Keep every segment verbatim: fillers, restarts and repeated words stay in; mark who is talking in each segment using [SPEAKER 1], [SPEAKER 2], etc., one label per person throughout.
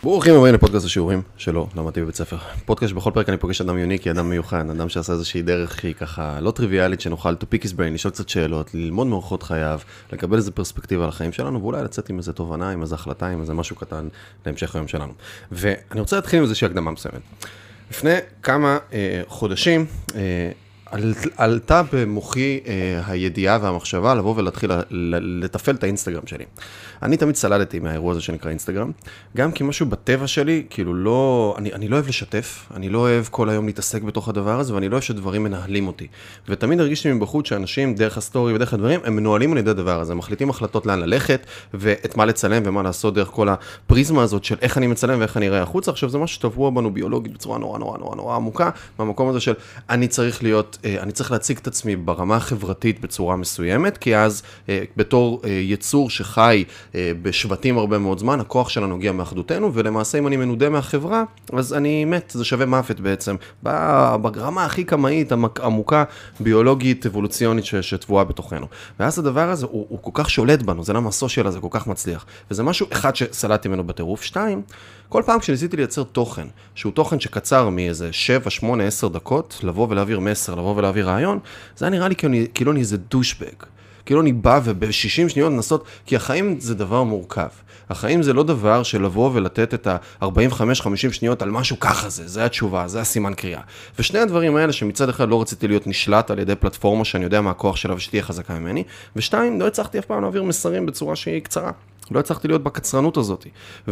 [SPEAKER 1] ברוכים הבאים לפודקאסט השיעורים שלו, למדתי בבית ספר. פודקאסט שבכל פרק אני פוגש אדם יוניקי, אדם מיוחד, אדם שעשה איזושהי דרך היא ככה לא טריוויאלית, שנוכל to pick his brain, לשאול קצת שאלות, ללמוד מאורחות חייו, לקבל איזה פרספקטיבה על החיים שלנו, ואולי לצאת עם איזה תובנה, עם איזה החלטה, עם איזה משהו קטן להמשך היום שלנו. ואני רוצה להתחיל עם איזושהי הקדמה מסוימת. לפני כמה אה, חודשים, אה, על, עלתה במוחי אה, הידיעה והמחשבה לבוא ולהתחיל לטפל את האינסטגרם שלי. אני תמיד סלדתי מהאירוע הזה שנקרא אינסטגרם, גם כי משהו בטבע שלי, כאילו לא, אני, אני לא אוהב לשתף, אני לא אוהב כל היום להתעסק בתוך הדבר הזה, ואני לא אוהב שדברים מנהלים אותי. ותמיד הרגישתי מבחוץ שאנשים, דרך הסטורי ודרך הדברים, הם מנוהלים על ידי הדבר הזה, הם מחליטים החלטות לאן ללכת, ואת מה לצלם ומה לעשות דרך כל הפריזמה הזאת של איך אני מצלם ואיך אני אראה החוצה. עכשיו זה משהו שטבוע בנו ביולוגית בצורה נורא נורא נורא נורא עמוקה, מהמקום הזה של אני צריך להיות, אני צריך להציג את עצמי ברמה החברתית בצורה מסוימת, כי אז בתור יצור שחי בשבטים הרבה מאוד זמן, הכוח שלנו הגיע מאחדותנו, ולמעשה אם אני מנודה מהחברה, אז אני מת, זה שווה מוות בעצם, ברמה הכי קמאית, עמוקה, ביולוגית, אבולוציונית שטבועה בתוכנו. ואז הדבר הזה הוא, הוא כל כך שולט בנו, זה למה הסושיאל הזה כל כך מצליח. וזה משהו אחד שסלדתי ממנו בטירוף. שתיים, כל פעם כשניסיתי לייצר תוכן, שהוא תוכן שקצר מאיזה שבע, שמונה, עשר דקות, לבוא ולהעביר מסר, לבוא ולהעביר רעיון, זה היה נראה לי כאילו אני איזה דושבג. כאילו אני בא וב-שישים שניות לנסות, כי החיים זה דבר מורכב. החיים זה לא דבר של לבוא ולתת את ה-ארבעים וחמש חמישים שניות על משהו ככה זה, זה התשובה, זה הסימן קריאה. ושני הדברים האלה שמצד אחד לא רציתי להיות נשלט על ידי פלטפורמה שאני יודע מה הכוח שלה ושתהיה חזקה ממני, ושתיים, לא הצלחתי אף פעם להעביר מסרים בצורה שהיא קצרה. לא הצלחתי להיות בקצרנות הזאת.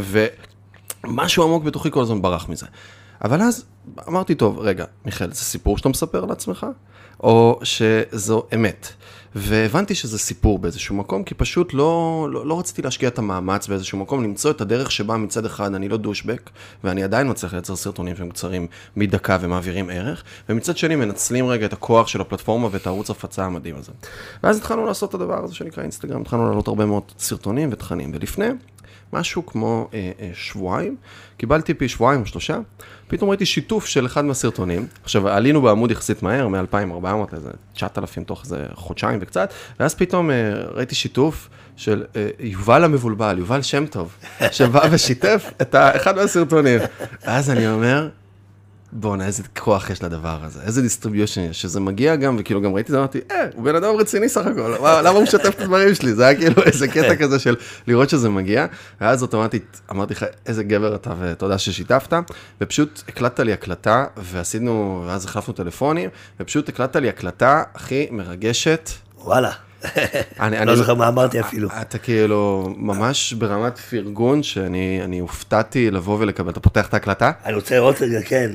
[SPEAKER 1] ומשהו עמוק בתוכי כל הזמן ברח מזה. אבל אז אמרתי, טוב, רגע, מיכאל, זה סיפור שאתה מספר לעצמך? או שזו אמת? והבנתי שזה סיפור באיזשהו מקום, כי פשוט לא, לא, לא רציתי להשקיע את המאמץ באיזשהו מקום, למצוא את הדרך שבה מצד אחד אני לא דושבק, ואני עדיין מצליח לייצר סרטונים שהם קצרים מדקה ומעבירים ערך, ומצד שני מנצלים רגע את הכוח של הפלטפורמה ואת הערוץ הפצה המדהים הזה. ואז התחלנו לעשות את הדבר הזה שנקרא אינסטגרם, התחלנו לעלות הרבה מאוד סרטונים ותכנים, ולפני משהו כמו אה, אה, שבועיים, קיבלתי פי שבועיים או שלושה, פתאום ראיתי שיתוף של אחד מהסרטונים. עכשיו, עלינו בעמוד יחסית מהר, מ-אלפיים וארבע מאות לאיזה תשעת אלפים תוך איזה חודשיים וקצת, ואז פתאום אה, ראיתי שיתוף של אה, יובל המבולבל, יובל שם טוב, שבא ושיתף את אחד מהסרטונים. ואז אני אומר, בוא'נה, איזה כוח יש לדבר הזה, איזה דיסטריביושן יש, שזה מגיע גם, וכאילו גם ראיתי, אמרתי, אה, הוא בן אדם רציני סך הכל, למה הוא משתף את הדברים שלי? זה היה כאילו איזה קטע כזה של לראות שזה מגיע, ואז אוטומטית אמרתי לך, איזה גבר אתה, ותודה ששיתפת, ופשוט הקלטת לי הקלטה, ועשינו, ואז החלפנו טלפונים, ופשוט הקלטת לי הקלטה הכי מרגשת.
[SPEAKER 2] וואלה. אני לא זוכר מה אמרתי אפילו.
[SPEAKER 1] אתה כאילו ממש ברמת פרגון שאני הופתעתי לבוא ולקבל. אתה פותח את ההקלטה?
[SPEAKER 2] אני רוצה לראות רגע, כן.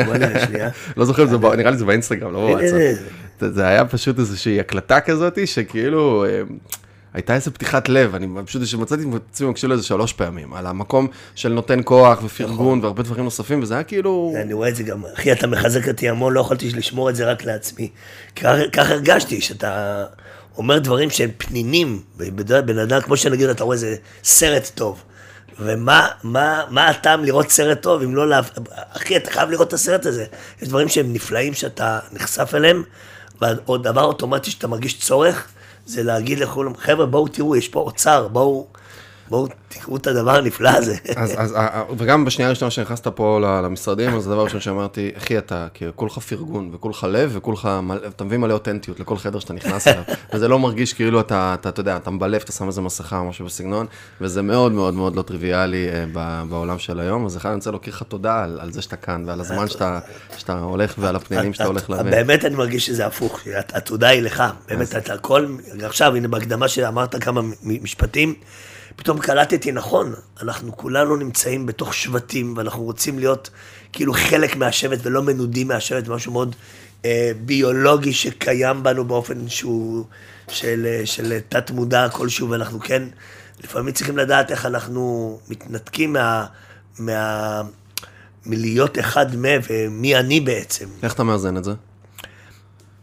[SPEAKER 1] לא זוכר, נראה לי זה באינסטגרם, לא בוואטסאפ. זה היה פשוט איזושהי הקלטה כזאת שכאילו הייתה איזו פתיחת לב. אני פשוט שמצאתי עצמי מקשיב לזה שלוש פעמים, על המקום של נותן כוח ופרגון והרבה דברים נוספים, וזה היה כאילו...
[SPEAKER 2] אני רואה את זה גם, אחי, אתה מחזק אותי המון, לא יכולתי לשמור את זה רק לעצמי. ככה הרגשתי שאתה... אומר דברים שהם פנינים, בן אדם, כמו שנגיד, אתה רואה איזה סרט טוב, ומה, מה, מה הטעם לראות סרט טוב, אם לא, לה... אחי, אתה חייב לראות את הסרט הזה, יש דברים שהם נפלאים שאתה נחשף אליהם, ועוד דבר אוטומטי שאתה מרגיש צורך, זה להגיד לכולם, חבר'ה, בואו תראו, יש פה אוצר, בואו, בואו תקראו את הדבר הנפלא הזה.
[SPEAKER 1] אז, אז, וגם בשנייה הראשונה שנכנסת פה למשרדים, אז הדבר הראשון שאמרתי, אחי, אתה כולך פרגון, וכולך לב, וכולך, אתה מביא מלא אותנטיות לכל חדר שאתה נכנס אליו, וזה לא מרגיש כאילו אתה, אתה, אתה יודע, אתה מבלף, אתה שם איזה מסכה או משהו בסגנון, וזה מאוד מאוד מאוד לא טריוויאלי בעולם של היום, אז אחד אני רוצה להוקיר לך תודה על, על זה שאתה כאן, ועל הזמן שאתה, שאתה הולך, ועל הפנינים שאתה הולך להביא.
[SPEAKER 2] באמת אני מרגיש שזה הפוך, התודה היא לך, באמת אתה הכל, עכשיו, הנה בהקדמה שאמרת כמה משפטים, פתאום קלטתי, נכון, אנחנו כולנו נמצאים בתוך שבטים, ואנחנו רוצים להיות כאילו חלק מהשבט ולא מנודים מהשבט, משהו מאוד אה, ביולוגי שקיים בנו באופן שהוא של, של תת מודע כלשהו, ואנחנו כן, לפעמים צריכים לדעת איך אנחנו מתנתקים מה, מה, מלהיות אחד מה, ומי אני בעצם.
[SPEAKER 1] איך אתה מאזן את זה?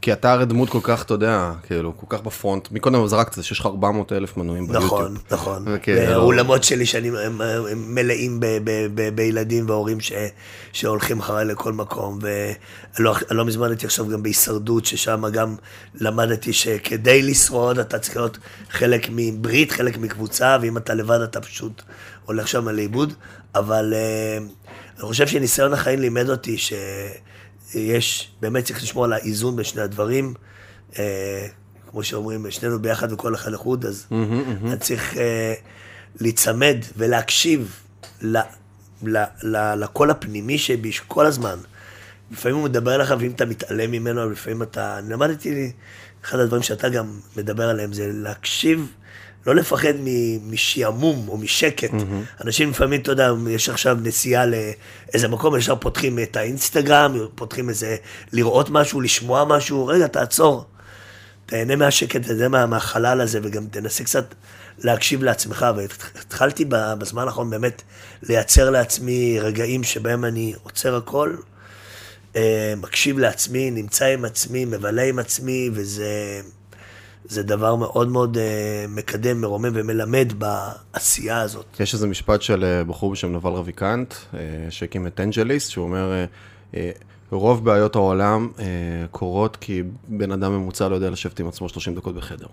[SPEAKER 1] כי אתה הרי דמות כל כך, אתה יודע, כאילו, כל כך בפרונט. מקודם זרקת זה שיש לך ארבע מאות אלף מנויים ביוטיוב.
[SPEAKER 2] נכון, נכון. האולמות שלי שאני מלאים בילדים והורים שהולכים אחריי לכל מקום, ולא מזמן הייתי עכשיו גם בהישרדות, ששם גם למדתי שכדי לשרוד אתה צריך להיות חלק מברית, חלק מקבוצה, ואם אתה לבד אתה פשוט הולך שם לאיבוד, אבל אני חושב שניסיון החיים לימד אותי ש... יש, באמת צריך לשמור על האיזון בשני הדברים, אה, כמו שאומרים, שנינו ביחד וכל אחד לחוד, אז mm-hmm, mm-hmm. אני צריך אה, להצמד ולהקשיב ל, ל, ל, לקול הפנימי שבי כל הזמן. לפעמים הוא מדבר אליך, ואם אתה מתעלם ממנו, לפעמים אתה... אני למדתי, אחד הדברים שאתה גם מדבר עליהם, זה להקשיב, לא לפחד משעמום או משקט. Mm-hmm. אנשים לפעמים, אתה יודע, יש עכשיו נסיעה לאיזה מקום, ישר פותחים את האינסטגרם, פותחים איזה, לראות משהו, לשמוע משהו, רגע, תעצור. תהנה מהשקט, תהנה מה, מהחלל הזה, וגם תנסה קצת להקשיב לעצמך. והתחלתי בזמן האחרון באמת לייצר לעצמי רגעים שבהם אני עוצר הכל, מקשיב לעצמי, נמצא עם עצמי, מבלה עם עצמי, וזה... זה דבר מאוד מאוד uh, מקדם, מרומם ומלמד בעשייה הזאת.
[SPEAKER 1] יש איזה משפט של uh, בחור בשם נבל רביקנט, uh, שהקים את אנג'ליסט, שהוא אומר, uh, uh, רוב בעיות העולם uh, קורות כי בן אדם ממוצע לא יודע לשבת עם עצמו שלושים דקות בחדר.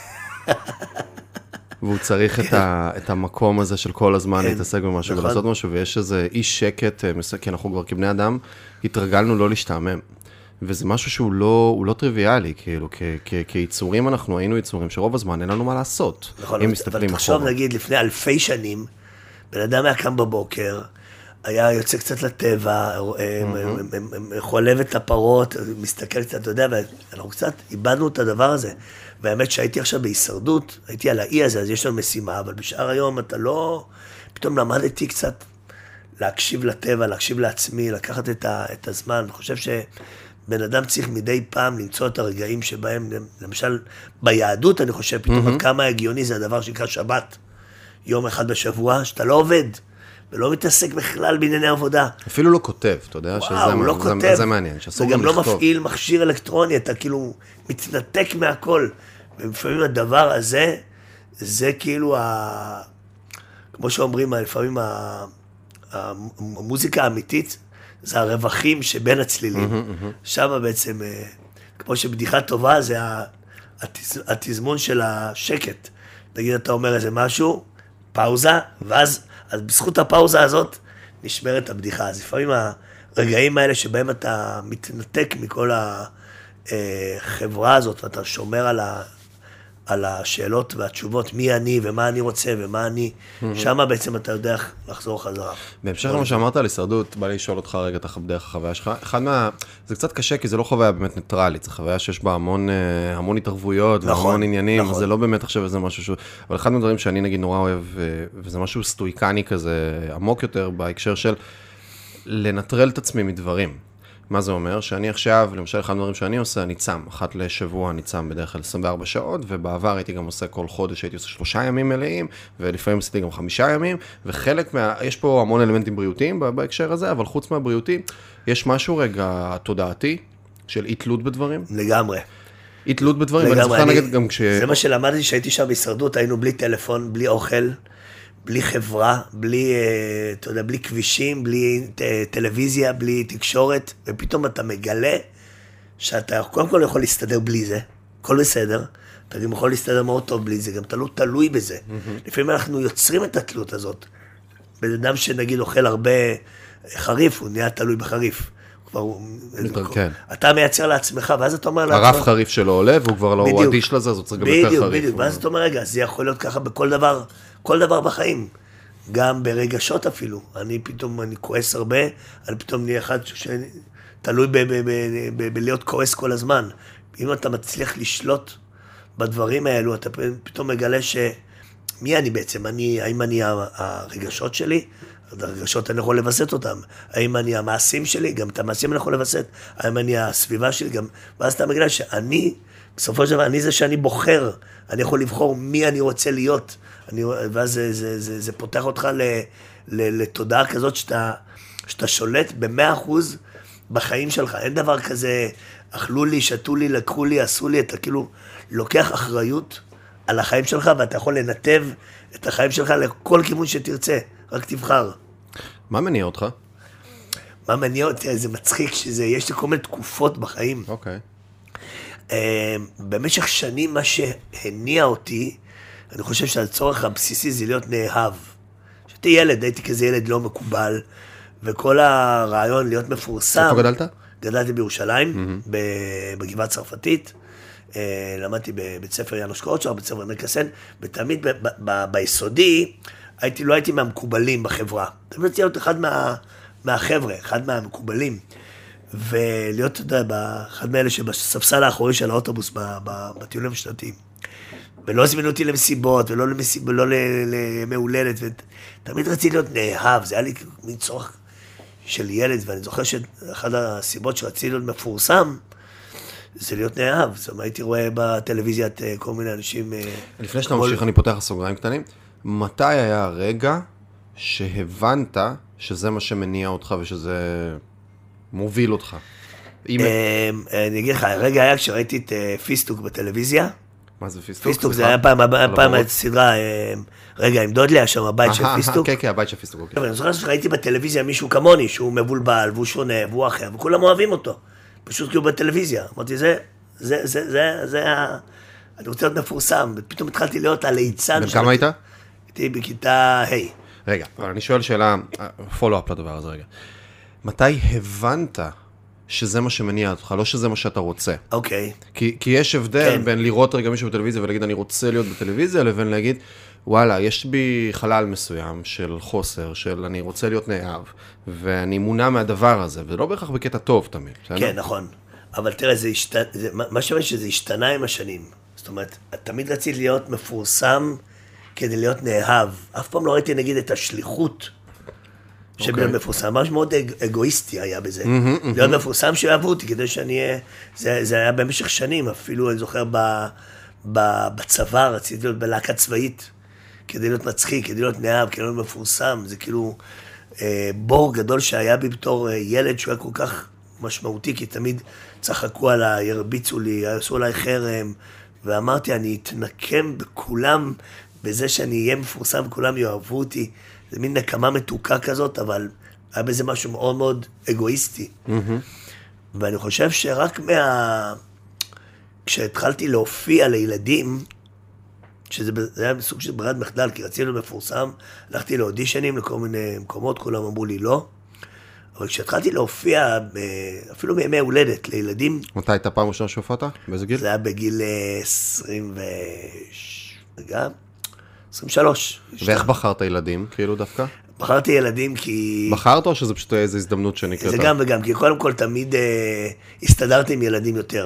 [SPEAKER 1] והוא צריך את, ה, את המקום הזה של כל הזמן להתעסק במשהו נכון. ולעשות משהו, ויש איזה אי שקט, uh, כי אנחנו כבר כבני אדם התרגלנו לא להשתעמם. וזה משהו שהוא לא, הוא לא טריוויאלי, כאילו, כ- כ- כיצורים אנחנו היינו יצורים שרוב הזמן אין לנו מה לעשות.
[SPEAKER 2] נכון, אם מסתכלים אחורה. תחשוב, נגיד, לפני אלפי שנים, בן אדם היה קם בבוקר, היה יוצא קצת לטבע, חולב את הפרות, מסתכל קצת, אתה יודע, ואנחנו קצת איבדנו את הדבר הזה. והאמת שהייתי עכשיו בהישרדות, הייתי על האי הזה, אז יש לנו משימה, אבל בשאר היום אתה לא... פתאום למדתי קצת להקשיב לטבע, להקשיב לעצמי, לקחת את, ה, את הזמן. אני חושב שבן אדם צריך מדי פעם למצוא את הרגעים שבהם, למשל, ביהדות אני חושב, פתאום עד כמה הגיוני זה הדבר שנקרא שבת, יום אחד בשבוע, שאתה לא עובד, ולא מתעסק בכלל בענייני עבודה.
[SPEAKER 1] אפילו לא כותב, אתה יודע,
[SPEAKER 2] וואו,
[SPEAKER 1] שזה
[SPEAKER 2] לא
[SPEAKER 1] זה,
[SPEAKER 2] כותב,
[SPEAKER 1] זה מעניין, שאסור
[SPEAKER 2] וגם
[SPEAKER 1] גם
[SPEAKER 2] לא
[SPEAKER 1] לכתוב.
[SPEAKER 2] מפעיל מכשיר אלקטרוני, אתה כאילו מתנתק מהכל. ולפעמים הדבר הזה, זה כאילו, ה... כמו שאומרים, לפעמים ה... המוזיקה האמיתית, זה הרווחים שבין הצלילים. Mm-hmm, mm-hmm. שם בעצם, כמו שבדיחה טובה, זה התז... התזמון של השקט. נגיד, אתה אומר איזה משהו, פאוזה, ואז אז בזכות הפאוזה הזאת נשמרת הבדיחה. אז לפעמים הרגעים האלה שבהם אתה מתנתק מכל החברה הזאת, ואתה שומר על, ה, על השאלות והתשובות, מי אני ומה אני רוצה ומה אני, mm-hmm. שם בעצם אתה יודע לחזור חזרה.
[SPEAKER 1] בהמשך למה שאמרת על הישרדות, בא לי לשאול אותך רגע דרך החוויה שלך. אחד מה... זה קצת קשה כי זה לא חוויה באמת ניטרלית, זה חוויה שיש בה המון, המון התערבויות נכון, והמון עניינים, נכון. זה לא באמת עכשיו איזה משהו שהוא... אבל אחד מהדברים שאני נגיד נורא אוהב, וזה משהו סטואיקני כזה, עמוק יותר בהקשר של לנטרל את עצמי מדברים. מה זה אומר? שאני עכשיו, למשל אחד הדברים שאני עושה, אני צם. אחת לשבוע אני צם בדרך כלל עשרים וארבע שעות, ובעבר הייתי גם עושה כל חודש, הייתי עושה שלושה ימים מלאים, ולפעמים עשיתי גם חמישה ימים, וחלק מה... יש פה המון אלמנטים בריאותיים בהקשר הזה, אבל חוץ מהבריאותי, יש משהו רגע תודעתי של אי תלות בדברים.
[SPEAKER 2] לגמרי.
[SPEAKER 1] אי תלות בדברים, ואני זוכר נגד גם כש...
[SPEAKER 2] זה מה שלמדתי שהייתי שם בהישרדות, היינו בלי טלפון, בלי אוכל, בלי חברה, בלי, אתה יודע, בלי כבישים, בלי טלוויזיה, בלי תקשורת, ופתאום אתה מגלה שאתה קודם כל יכול להסתדר בלי זה, הכל בסדר, אתה גם יכול להסתדר מאוד טוב בלי זה, גם אתה לא תלוי בזה. Mm-hmm. לפעמים אנחנו יוצרים את התלות הזאת. בן אדם שנגיד אוכל הרבה חריף, הוא נהיה תלוי בחריף. כבר,
[SPEAKER 1] כן.
[SPEAKER 2] אתה מייצר לעצמך, ואז אתה אומר...
[SPEAKER 1] הרף לעצמך, חריף שלו עולה, והוא כבר לא הוא אדיש לזה, אז הוא צריך גם יותר חריף.
[SPEAKER 2] בדיוק, בדיוק, ואז אתה אומר, רגע, זה יכול להיות ככה בכל דבר, כל דבר בחיים. גם ברגשות אפילו. אני פתאום, אני כועס הרבה, אני פתאום נהיה אחד שתלוי בלהיות כועס כל הזמן. אם אתה מצליח לשלוט בדברים האלו, אתה פתאום מגלה שמי אני בעצם? אני, האם אני הרגשות שלי? הרגשות אני יכול לבסט אותם. האם אני המעשים שלי? גם את המעשים אני יכול לבסט. האם אני הסביבה שלי? גם... ואז אתה מגלה שאני, בסופו של דבר, אני זה שאני בוחר. אני יכול לבחור מי אני רוצה להיות. אני, ואז זה, זה, זה, זה פותח אותך ל, ל, לתודעה כזאת שאתה, שאתה שולט במאה אחוז בחיים שלך, אין דבר כזה, אכלו לי, שתו לי, לקחו לי, עשו לי, אתה כאילו לוקח אחריות על החיים שלך, ואתה יכול לנתב את החיים שלך לכל כיוון שתרצה, רק תבחר.
[SPEAKER 1] מה מניע אותך?
[SPEAKER 2] מה מניע אותי? זה מצחיק שזה, יש לי כל מיני תקופות בחיים.
[SPEAKER 1] אוקיי.
[SPEAKER 2] במשך שנים מה שהניע אותי, אני חושב שהצורך הבסיסי זה להיות נאהב. כשהייתי ילד, הייתי כזה ילד לא מקובל, וכל הרעיון להיות מפורסם.
[SPEAKER 1] איפה גדלת?
[SPEAKER 2] גדלתי בירושלים, בגבעה צרפתית. למדתי בבית ספר יאנוש קורצ'אר, בית ספר נקסן, ותמיד ביסודי, לא הייתי מהמקובלים בחברה. תמיד הייתי להיות אחד מהחבר'ה, אחד מהמקובלים. ולהיות, אתה יודע, אחד מאלה שבספסל האחורי של האוטובוס בטיולים השנתיים. ולא הזמינו אותי למסיבות, ולא לימי הולדת, ותמיד רציתי להיות נאהב, זה היה לי מין צורך של ילד, ואני זוכר שאחד הסיבות שרציתי להיות מפורסם, זה להיות נאהב. זאת אומרת, הייתי רואה בטלוויזיה את כל מיני אנשים...
[SPEAKER 1] לפני שאתה ממשיך, אני פותח סוגריים קטנים. מתי היה הרגע שהבנת שזה מה שמניע אותך ושזה מוביל אותך?
[SPEAKER 2] אני אגיד לך, הרגע היה כשראיתי את פיסטוק בטלוויזיה.
[SPEAKER 1] מה זה פיסטוק?
[SPEAKER 2] פיסטוק זה היה פעם סדרה, רגע, עם דודלי, היה שם הבית של פיסטוק.
[SPEAKER 1] כן, כן, הבית של פיסטוק.
[SPEAKER 2] אני זוכר שראיתי בטלוויזיה מישהו כמוני, שהוא מבולבל, והוא שונה, והוא אחר, וכולם אוהבים אותו. פשוט כאילו בטלוויזיה. אמרתי, זה, זה, זה, זה, זה, אני רוצה להיות מפורסם, ופתאום התחלתי להיות הליצן.
[SPEAKER 1] בן כמה היית?
[SPEAKER 2] הייתי בכיתה ה'.
[SPEAKER 1] רגע, אבל אני שואל שאלה, פולו-אפ לדבר הזה רגע. מתי הבנת שזה מה שמניע אותך, לא שזה מה שאתה רוצה?
[SPEAKER 2] אוקיי.
[SPEAKER 1] כי, כי יש הבדל בין לראות רגע מישהו בטלוויזיה ולהגיד אני רוצה להיות בטלוויזיה, לבין להגיד, וואלה, יש בי חלל מסוים של חוסר, של אני רוצה להיות נאהב, ואני מונע מהדבר הזה, ולא בהכרח בקטע טוב תמיד.
[SPEAKER 2] כן, נכון. אבל תראה, זה השת... זה... מה שאומר שזה השתנה עם השנים. זאת אומרת, תמיד רציתי להיות מפורסם כדי להיות נאהב. אף פעם לא ראיתי, נגיד, את השליחות של להיות מפורסם. ממש מאוד אגואיסטי היה בזה. להיות מפורסם שאוהבו אותי, כדי שאני אהיה... זה היה במשך שנים, אפילו אני זוכר בצבא, רציתי להיות בלהקה צבאית, כדי להיות מצחיק, כדי להיות נאהב, כדי להיות מפורסם. זה כאילו בור גדול שהיה בי בתור ילד שהוא היה כל כך משמעותי, כי תמיד צחקו עליי, הרביצו לי, עשו עליי חרם, ואמרתי, אני אתנקם בכולם בזה שאני אהיה מפורסם, כולם יאהבו אותי. זה מין נקמה מתוקה כזאת, אבל היה בזה משהו מאוד מאוד אגואיסטי. Mm-hmm. ואני חושב שרק מה... כשהתחלתי להופיע לילדים, שזה היה סוג של ברירת מחדל, כי רציתי להיות מפורסם, הלכתי לאודישנים לכל מיני מקומות, כולם אמרו לי לא. אבל כשהתחלתי להופיע, אפילו בימי הולדת לילדים...
[SPEAKER 1] מתי הייתה פעם ראשונה שהופעת? באיזה גיל?
[SPEAKER 2] זה היה בגיל עשרים ושלוש.
[SPEAKER 1] ואיך בחרת ילדים, כאילו דווקא?
[SPEAKER 2] בחרתי ילדים כי...
[SPEAKER 1] בחרת או שזה פשוט איזו הזדמנות שנקראת?
[SPEAKER 2] זה גם וגם, כי קודם כל תמיד הסתדרתי עם ילדים יותר.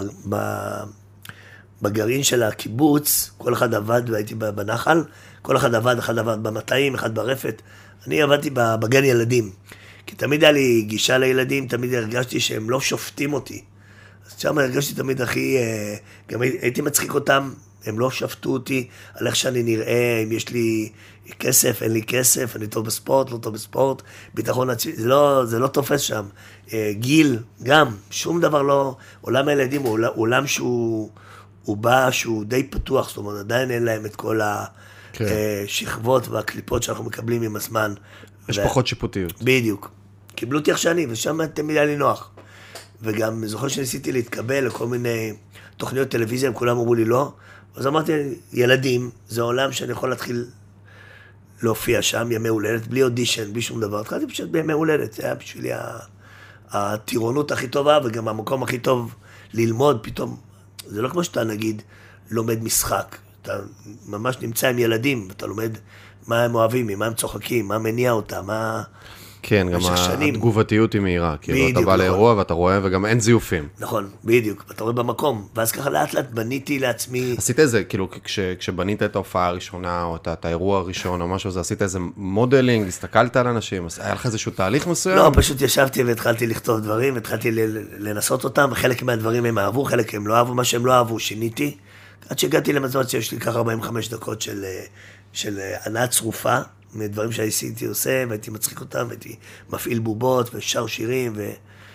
[SPEAKER 2] בגרעין של הקיבוץ, כל אחד עבד, והייתי בנחל, כל אחד עבד, אחד עבד במטעים, אחד ברפת. אני עבדתי בגן ילדים. כי תמיד היה לי גישה לילדים, תמיד הרגשתי שהם לא שופטים אותי. אז שם הרגשתי תמיד הכי, גם הייתי מצחיק אותם, הם לא שפטו אותי על איך שאני נראה, אם יש לי כסף, אין לי כסף, אני טוב בספורט, לא טוב בספורט, ביטחון עצמי, זה לא, זה לא תופס שם. גיל, גם, שום דבר לא, עולם הילדים הוא עולם שהוא הוא בא, שהוא די פתוח, זאת אומרת, עדיין אין להם את כל השכבות והקליפות שאנחנו מקבלים עם הזמן.
[SPEAKER 1] יש פחות שיפוטיות.
[SPEAKER 2] בדיוק. קיבלו אותי איך שאני, ושם תמיד היה לי נוח. וגם זוכר שניסיתי להתקבל לכל מיני תוכניות טלוויזיה, הם כולם אמרו לי לא. אז אמרתי, ילדים, זה עולם שאני יכול להתחיל להופיע שם, ימי הולדת, בלי אודישן, בלי שום דבר. התחלתי פשוט בימי הולדת, זה היה בשבילי הטירונות הכי טובה, וגם המקום הכי טוב ללמוד פתאום. זה לא כמו שאתה נגיד לומד משחק. אתה ממש נמצא עם ילדים, ואתה לומד מה הם אוהבים, מה הם צוחקים, מה מניע אותם, מה...
[SPEAKER 1] כן, גם התגובתיות היא מהירה, כאילו אתה בא לאירוע ואתה רואה, וגם אין זיופים.
[SPEAKER 2] נכון, בדיוק, אתה רואה במקום, ואז ככה לאט לאט בניתי לעצמי...
[SPEAKER 1] עשית איזה, כאילו, כשבנית את ההופעה הראשונה, או את האירוע הראשון, או משהו, עשית איזה מודלינג, הסתכלת על אנשים, היה לך איזשהו תהליך מסוים?
[SPEAKER 2] לא, פשוט ישבתי והתחלתי לכתוב דברים, התחלתי לנסות אותם, וחלק מהדברים הם אהבו, חלק הם לא אהבו, מה שהם לא אהבו, שיניתי, עד שהגעתי למצב שיש לי ככה ארבעים וחמש דקות של, של הנאה צרופה, מדברים שהייתי עושה, והייתי מצחיק אותם, והייתי מפעיל בובות, ושר שירים, ו...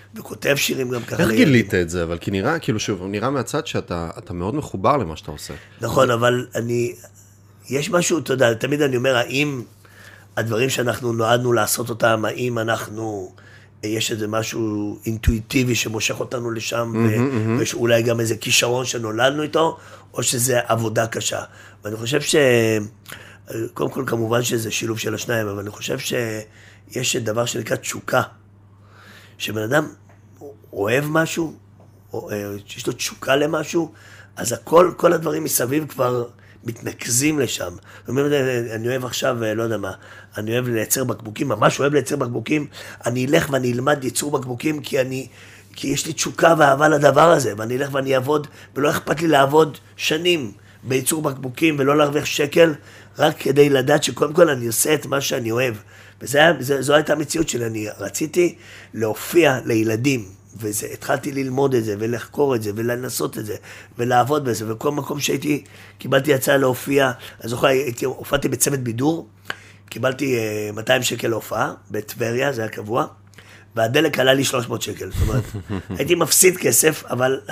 [SPEAKER 2] וכותב שירים גם ככה.
[SPEAKER 1] איך גילית את זה? אבל כי נראה, כאילו שוב, נראה מהצד שאתה אתה מאוד מחובר למה שאתה עושה.
[SPEAKER 2] נכון, אבל אני, יש משהו, אתה יודע, תמיד אני אומר, האם הדברים שאנחנו נועדנו לעשות אותם, האם אנחנו, יש איזה משהו אינטואיטיבי שמושך אותנו לשם, ויש אולי גם איזה כישרון שנולדנו איתו, או שזה עבודה קשה. ואני חושב ש... קודם כל, כמובן שזה שילוב של השניים, אבל אני חושב שיש דבר שנקרא תשוקה, שבן אדם אוהב משהו, או יש לו תשוקה למשהו, אז הכל, כל הדברים מסביב כבר מתנקזים לשם. זאת אומרת, אני אוהב עכשיו, לא יודע מה, אני אוהב לייצר בקבוקים, ממש אוהב לייצר בקבוקים, אני אלך ואני אלמד ייצור בקבוקים, כי אני, כי יש לי תשוקה ואהבה לדבר הזה, ואני אלך ואני אעבוד, ולא אכפת לי לעבוד שנים בייצור בקבוקים, ולא להרוויח שקל, רק כדי לדעת שקודם כל אני עושה את מה שאני אוהב. וזו הייתה המציאות שלי, אני רציתי להופיע לילדים, והתחלתי ללמוד את זה, ולחקור את זה, ולנסות את זה, ולעבוד בזה, וכל מקום שהייתי, קיבלתי הצעה להופיע, אני זוכר, הופעתי בצוות בידור, קיבלתי מאתיים שקל להופעה, בטבריה, זה היה קבוע, והדלק עלה לי שלוש מאות שקל, זאת אומרת, הייתי מפסיד כסף, אבל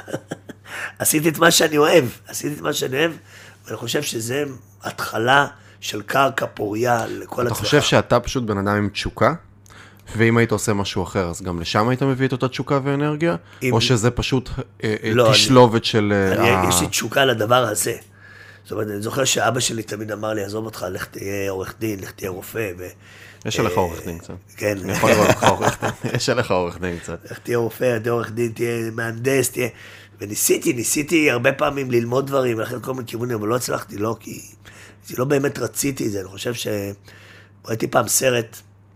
[SPEAKER 2] עשיתי את מה שאני אוהב, עשיתי את מה שאני אוהב, ואני חושב שזה התחלה של קרקע פוריה לכל הצלחה.
[SPEAKER 1] אתה חושב שאתה פשוט בן אדם עם תשוקה? ואם היית עושה משהו אחר, אז גם לשם היית מביא את אותה תשוקה ואנרגיה? או שזה פשוט תשלובת של...
[SPEAKER 2] יש לי תשוקה לדבר הזה. זאת אומרת, אני זוכר שאבא שלי תמיד אמר לי, עזוב אותך, לך תהיה עורך דין, לך תהיה רופא.
[SPEAKER 1] יש עליך עורך דין קצת.
[SPEAKER 2] כן.
[SPEAKER 1] אני יכול לראות לך עורך דין. יש עליך עורך דין קצת.
[SPEAKER 2] לך תהיה רופא, תהיה עורך דין, תהיה מהנדס, תהיה... וניסיתי, ניסיתי הרבה פעמים ללמוד דברים, ללכת כל מיני כיוונים, אבל לא הצלחתי, לא, כי לא באמת רציתי את זה. אני חושב שראיתי פעם סרט,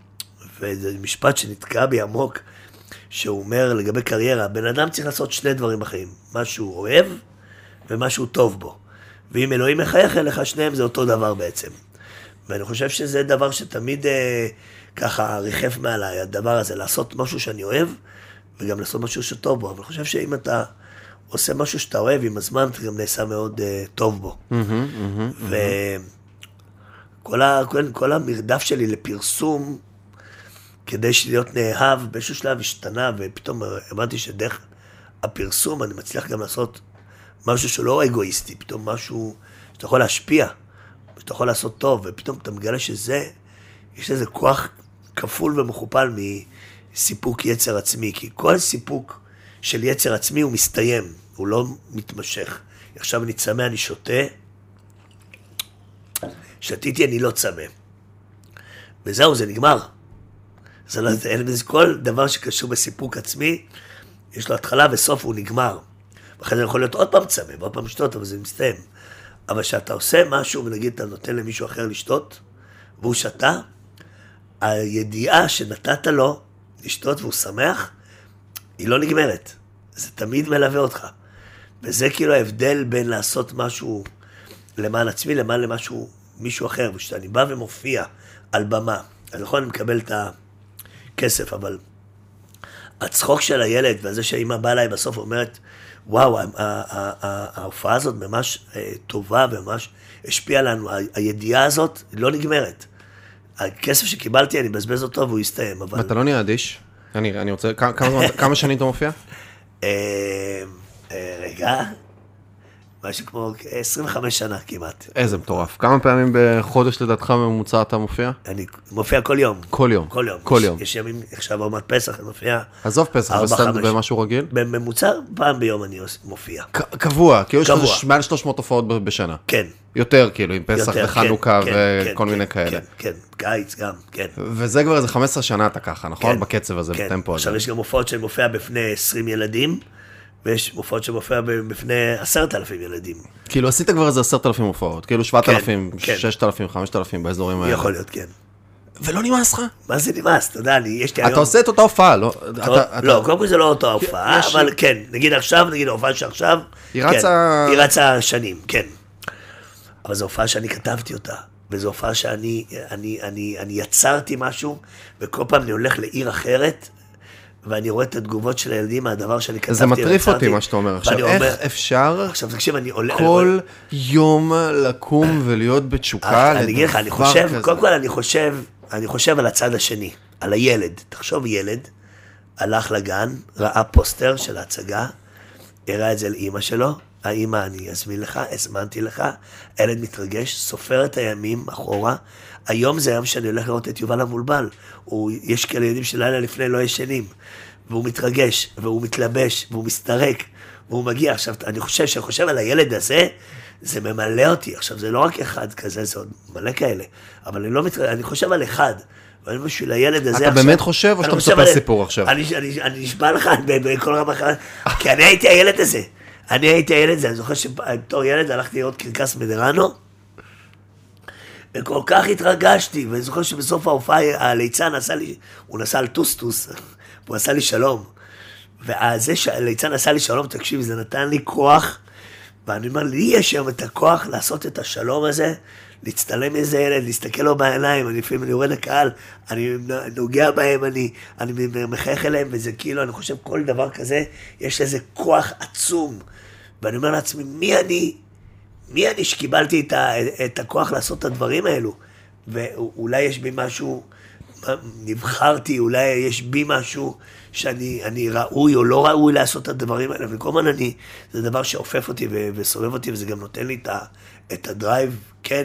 [SPEAKER 2] וזה משפט שנתקע בי עמוק, שהוא אומר לגבי קריירה, בן אדם צריך לעשות שני דברים בחיים, משהו אוהב ומשהו טוב בו. ואם אלוהים מחייך אליך, שניהם זה אותו דבר בעצם. ואני חושב שזה דבר שתמיד אה, ככה ריחף מעליי, הדבר הזה, לעשות משהו שאני אוהב, וגם לעשות משהו שטוב בו. אבל אני חושב שאם אתה עושה משהו שאתה אוהב, עם הזמן אתה גם נעשה מאוד אה, טוב בו.
[SPEAKER 1] Mm-hmm, mm-hmm,
[SPEAKER 2] וכל ה, כל, כל המרדף שלי לפרסום, כדי להיות נאהב, באיזשהו שלב השתנה, ופתאום הבנתי שדרך הפרסום אני מצליח גם לעשות משהו שלא אגואיסטי, פתאום משהו שאתה יכול להשפיע, שאתה יכול לעשות טוב, ופתאום אתה מגלה שזה, יש לזה כוח כפול ומכופל מסיפוק יצר עצמי, כי כל סיפוק של יצר עצמי הוא מסתיים, הוא לא מתמשך. עכשיו אני צמא, אני שותה, שתיתי, אני לא צמא. וזהו, זה נגמר. זה לא, זה, כל דבר שקשור בסיפוק עצמי, יש לו התחלה וסוף, הוא נגמר. ואחרי זה יכול להיות עוד פעם צמא, ועוד פעם לשתות, אבל זה מסתיים. אבל כשאתה עושה משהו, ונגיד, אתה נותן למישהו אחר לשתות, והוא שתה, הידיעה שנתת לו לשתות והוא שמח, היא לא נגמרת. זה תמיד מלווה אותך. וזה כאילו ההבדל בין לעשות משהו למען עצמי, למען למשהו, מישהו אחר. וכשאני בא ומופיע על במה, אז נכון, אני מקבל את הכסף, אבל הצחוק של הילד, וזה שהאמא באה אליי בסוף אומרת, וואו, ההופעה הזאת ממש טובה וממש השפיעה לנו. הידיעה הזאת לא נגמרת. הכסף שקיבלתי, אני מבזבז אותו והוא יסתיים. אבל...
[SPEAKER 1] אתה לא נראה אדיש? אני, אני רוצה, כמה, כמה שנים אתה מופיע?
[SPEAKER 2] רגע, משהו כמו עשרים וחמש שנה כמעט.
[SPEAKER 1] איזה מטורף. כמה פעמים בחודש לדעתך ממוצע אתה מופיע?
[SPEAKER 2] אני מופיע כל יום.
[SPEAKER 1] כל יום?
[SPEAKER 2] כל יום.
[SPEAKER 1] כל יום.
[SPEAKER 2] יש ימים, עכשיו עומת פסח, אני מופיע.
[SPEAKER 1] עזוב פסח, בסטנד במשהו רגיל?
[SPEAKER 2] בממוצע פעם ביום אני מופיע.
[SPEAKER 1] קבוע, כאילו יש לך מעל שלוש מאות הופעות בשנה.
[SPEAKER 2] כן.
[SPEAKER 1] יותר כאילו, עם פסח וחנוכה וכל מיני כאלה.
[SPEAKER 2] כן, כן, קיץ גם, כן.
[SPEAKER 1] וזה כבר איזה חמש עשרה שנה אתה ככה, נכון? בקצב הזה, בטמפו הזה.
[SPEAKER 2] עכשיו יש גם הופעות שאני מופיע בפני עשרים ילדים, ויש מופעות שמופיע בפני עשרת אלפים ילדים.
[SPEAKER 1] כאילו עשית כבר איזה עשרת אלפים מופעות, כאילו שבעת אלפים, ששת אלפים, חמשת אלפים באזורים האלה.
[SPEAKER 2] יכול להיות, כן.
[SPEAKER 1] ולא נמאס לך?
[SPEAKER 2] מה זה נמאס? אתה יודע, יש לי היום...
[SPEAKER 1] אתה עושה את אותה הופעה, לא?
[SPEAKER 2] לא, קודם כל זה לא אותה הופעה, אבל כן, נגיד עכשיו, נגיד ההופעה שעכשיו,
[SPEAKER 1] היא רצה...
[SPEAKER 2] היא רצה שנים, כן. אבל זו הופעה שאני כתבתי אותה, וזו הופעה שאני יצרתי משהו, וכל פעם אני הולך לעיר אחרת, ואני רואה את התגובות של הילדים מהדבר שאני כתבתי.
[SPEAKER 1] זה מטריף אותי מה שאתה אומר עכשיו. איך אפשר כל יום לקום ולהיות בתשוקה?
[SPEAKER 2] אני אגיד לך, אני חושב, קודם כל אני חושב, אני חושב על הצד השני, על הילד. תחשוב ילד, הלך לגן, ראה פוסטר של ההצגה, הראה את זה לאמא שלו, האמא, אני אזמין לך, הזמנתי לך, הילד מתרגש, סופר את הימים אחורה, היום זה היום שאני הולך לראות את יובל המולבל, הוא, יש כאלה ילדים שלילה לפני לא ישנים, והוא מתרגש, והוא מתלבש, והוא מסתרק, והוא מגיע. עכשיו, אני חושב, שאני חושב על הילד הזה, זה ממלא אותי. עכשיו, זה לא רק אחד כזה, זה עוד מלא כאלה, אבל אני לא מתרגש, אני חושב על אחד, ואני בשביל הילד הזה
[SPEAKER 1] אתה
[SPEAKER 2] עכשיו...
[SPEAKER 1] באמת חושב, או שאתה מספר סיפור עכשיו?
[SPEAKER 2] אני, אני, אני נשבע לך בכל רמה אחת, כי אני הייתי הילד הזה. אני הייתי הילד הזה, אני זוכר שבתור ילד הלכתי לראות קרקס מדרנו, וכל כך התרגשתי, ואני זוכר שבסוף ההופעה הליצן עשה לי, הוא נסע על טוסטוס, והוא עשה לי שלום. וזה שהליצן עשה לי שלום, תקשיב, זה נתן לי כוח, ואני אומר, לי יש היום את הכוח לעשות את השלום הזה, להצטלם איזה ילד, להסתכל לו בעיניים, אני לפעמים אני יורד לקהל, אני נוגע בהם, אני, אני מחייך אליהם, וזה כאילו, אני חושב, כל דבר כזה, יש איזה כוח עצום, ואני אומר לעצמי, מי אני, מי אני שקיבלתי את, ה, את הכוח לעשות את הדברים האלו, ואולי יש בי משהו, נבחרתי, אולי יש בי משהו, שאני אני ראוי או לא ראוי לעשות את הדברים האלה, וכל הזמן אני, זה דבר שאופף אותי וסובב אותי, וזה גם נותן לי את, ה, את הדרייב, כן,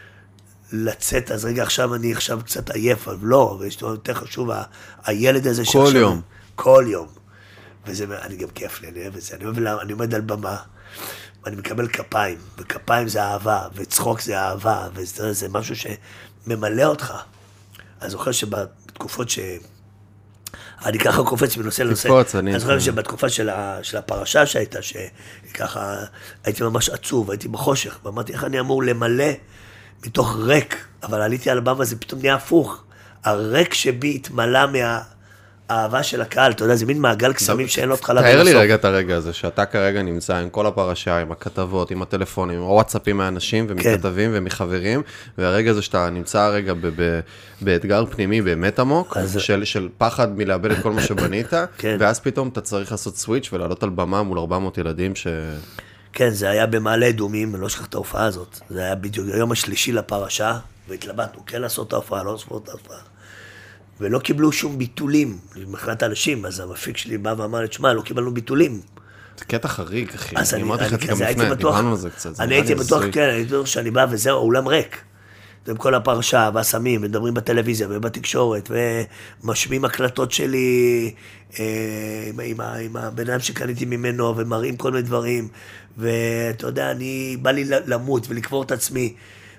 [SPEAKER 2] לצאת, אז רגע עכשיו אני עכשיו קצת עייף, אבל לא, ויש דבר יותר חשוב, ה, הילד הזה
[SPEAKER 1] כל
[SPEAKER 2] שעכשיו,
[SPEAKER 1] יום.
[SPEAKER 2] כל יום, וזה, אני גם כיף לי, אני אוהב את זה, אני אוהב, אני עומד על במה, ואני מקבל כפיים, וכפיים זה אהבה, וצחוק זה אהבה, וזה זה משהו שממלא אותך. אני זוכר שבתקופות ש... אני ככה קופץ מנושא לנושא.
[SPEAKER 1] תקפוץ, אני...
[SPEAKER 2] אני זוכר שבתקופה של, ה... של הפרשה שהייתה, שככה הייתי ממש עצוב, הייתי בחושך, ואמרתי איך אני אמור למלא מתוך ריק, אבל עליתי על הבמה, זה פתאום נהיה הפוך. הריק שבי התמלא מהאהבה של הקהל, אתה יודע, זה מין מעגל קסמים שאין לו התחלה
[SPEAKER 1] תאר לי רגע את הרגע הזה, שאתה כרגע נמצא עם כל הפרשה, עם הכתבות, עם הטלפונים, עם הוואטסאפים מהאנשים ומכתבים ומחברים, והרגע הזה שאתה נמצא רגע באתגר פנימי באמת עמוק, של פחד מלאבד את כל מה שבנית, ואז פתאום אתה צריך לעשות סוויץ' ולעלות על במה מול ארבע מאות ילדים ש...
[SPEAKER 2] כן, זה היה במעלה אדומים, אני לא אשכח את ההופעה הזאת, זה היה בדיוק היום השלישי לפרשה, והתלבטנו, כן לעשות את ההופעה, לא לעשות את ההופעה. ולא קיבלו שום ביטולים, מבחינת האנשים, אז המפיק שלי בא ואמר לי, תשמע, לא קיבלנו ביטולים.
[SPEAKER 1] זה קטע חריג, אחי.
[SPEAKER 2] אז
[SPEAKER 1] אני
[SPEAKER 2] אני,
[SPEAKER 1] אמרתי לך
[SPEAKER 2] אני,
[SPEAKER 1] גם לפני, דיברנו על זה קצת.
[SPEAKER 2] אני הייתי בטוח, כן, אני בטוח שאני בא וזהו, האולם ריק. עם כל הפרשה, והסמים, מדברים בטלוויזיה ובתקשורת, ומשמיעים הקלטות שלי אה, עם, עם, עם הבן אדם שקניתי ממנו, ומראים כל מיני דברים, ואתה יודע, אני, בא לי למות ולקבור את עצמי,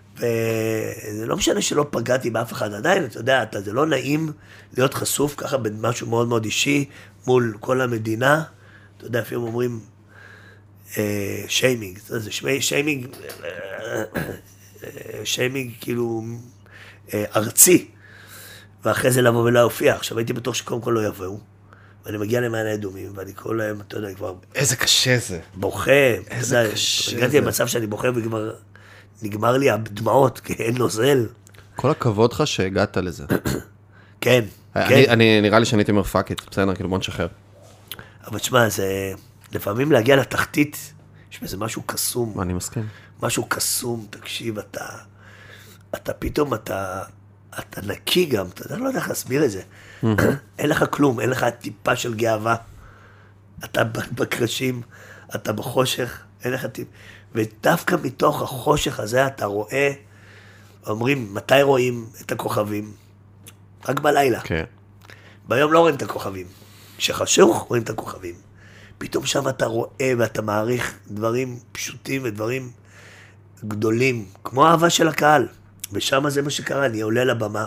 [SPEAKER 2] וזה לא משנה שלא פגעתי באף אחד, עדיין, אתה יודע, אתה, זה לא נעים להיות חשוף ככה במשהו מאוד מאוד אישי, מול כל המדינה, אתה יודע, אפילו אומרים, אה, שיימינג, אתה יודע, זה שמי, שיימינג, אה, שיימינג כאילו אה, ארצי, ואחרי זה לבוא ולהופיע. עכשיו הייתי בטוח שקודם כל לא יבואו, ואני מגיע למעלה אדומים, ואני כל להם, אתה יודע, כבר...
[SPEAKER 1] איזה קשה זה.
[SPEAKER 2] בוכה.
[SPEAKER 1] איזה
[SPEAKER 2] יודע,
[SPEAKER 1] קשה
[SPEAKER 2] הגעתי
[SPEAKER 1] זה.
[SPEAKER 2] למצב שאני בוכה וכבר נגמר לי הדמעות, כי אין נוזל.
[SPEAKER 1] כל הכבוד לך שהגעת לזה.
[SPEAKER 2] כן,
[SPEAKER 1] אני,
[SPEAKER 2] כן.
[SPEAKER 1] אני, נראה לי שאני הייתי מרפקת, בסדר, כאילו בוא נשחרר.
[SPEAKER 2] אבל תשמע, זה... לפעמים להגיע לתחתית, יש בזה משהו קסום.
[SPEAKER 1] אני מסכים.
[SPEAKER 2] משהו קסום, תקשיב, אתה... אתה פתאום, אתה... אתה נקי גם, אתה לא יודע איך להסביר את זה. אין לך כלום, אין לך טיפה של גאווה. אתה בקרשים, אתה בחושך, אין לך טיפה. ודווקא מתוך החושך הזה אתה רואה, אומרים, מתי רואים את הכוכבים? רק בלילה.
[SPEAKER 1] כן.
[SPEAKER 2] ביום לא רואים את הכוכבים. כשחשוך רואים את הכוכבים. פתאום שם אתה רואה ואתה מעריך דברים פשוטים ודברים גדולים, כמו האהבה של הקהל. ושם זה מה שקרה, אני עולה לבמה,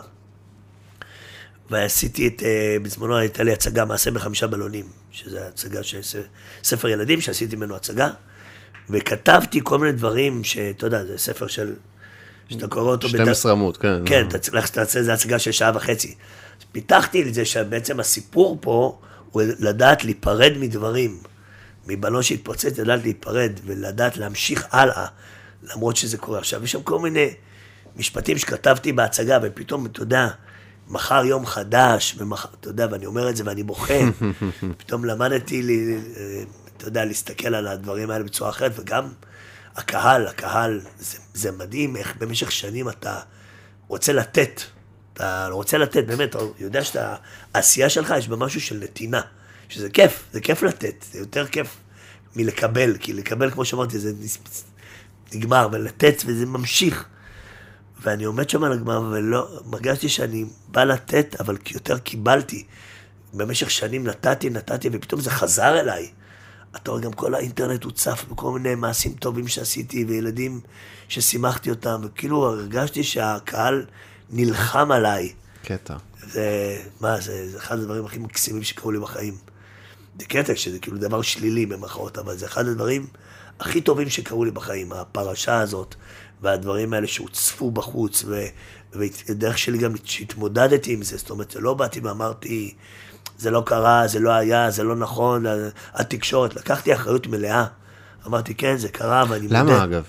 [SPEAKER 2] ועשיתי את, בזמנו הייתה לי הצגה, מעשה בחמישה בלונים, שזה הצגה של ספר ילדים, שעשיתי ממנו הצגה, וכתבתי כל מיני דברים, שאתה יודע, זה ספר של, שאתה קורא אותו...
[SPEAKER 1] שתים עשרה עמוד, כן.
[SPEAKER 2] כן, אתה צריך לעשות את זה הצגה של שעה וחצי. פיתחתי את זה שבעצם הסיפור פה, הוא לדעת להיפרד מדברים, מבלון שהתפוצץ, לדעת להיפרד, ולדעת להמשיך הלאה, למרות שזה קורה. עכשיו, יש שם כל מיני משפטים שכתבתי בהצגה, ופתאום, אתה יודע, מחר יום חדש, ומחר, אתה יודע, ואני אומר את זה ואני בוכה, פתאום למדתי לי, אתה יודע, להסתכל על הדברים האלה בצורה אחרת, וגם הקהל, הקהל, זה, זה מדהים איך במשך שנים אתה רוצה לתת, אתה רוצה לתת, באמת, אתה יודע שאתה, העשייה שלך יש בה משהו של נתינה, שזה כיף, זה כיף לתת, זה יותר כיף מלקבל, כי לקבל, כמו שאמרתי, זה נגמר, ולתת, וזה ממשיך. ואני עומד שם על הגמר, ולא, מרגשתי שאני בא לתת, אבל יותר קיבלתי. במשך שנים נתתי, נתתי, ופתאום זה חזר אליי. אתה רואה, גם כל האינטרנט הוצף בכל מיני מעשים טובים שעשיתי, וילדים ששימחתי אותם, וכאילו הרגשתי שהקהל נלחם עליי.
[SPEAKER 1] קטע.
[SPEAKER 2] זה, מה, זה, זה אחד הדברים הכי מקסימים שקרו לי בחיים. זה קטע, שזה כאילו דבר שלילי במחאות, אבל זה אחד הדברים הכי טובים שקרו לי בחיים, הפרשה הזאת, והדברים האלה שהוצפו בחוץ, ו, ודרך שלי גם שהתמודדתי עם זה, זאת אומרת, לא באתי ואמרתי, זה לא קרה, זה לא היה, זה לא נכון, התקשורת, לקחתי אחריות מלאה. אמרתי, כן, זה קרה, ואני מודה.
[SPEAKER 1] למה אגב?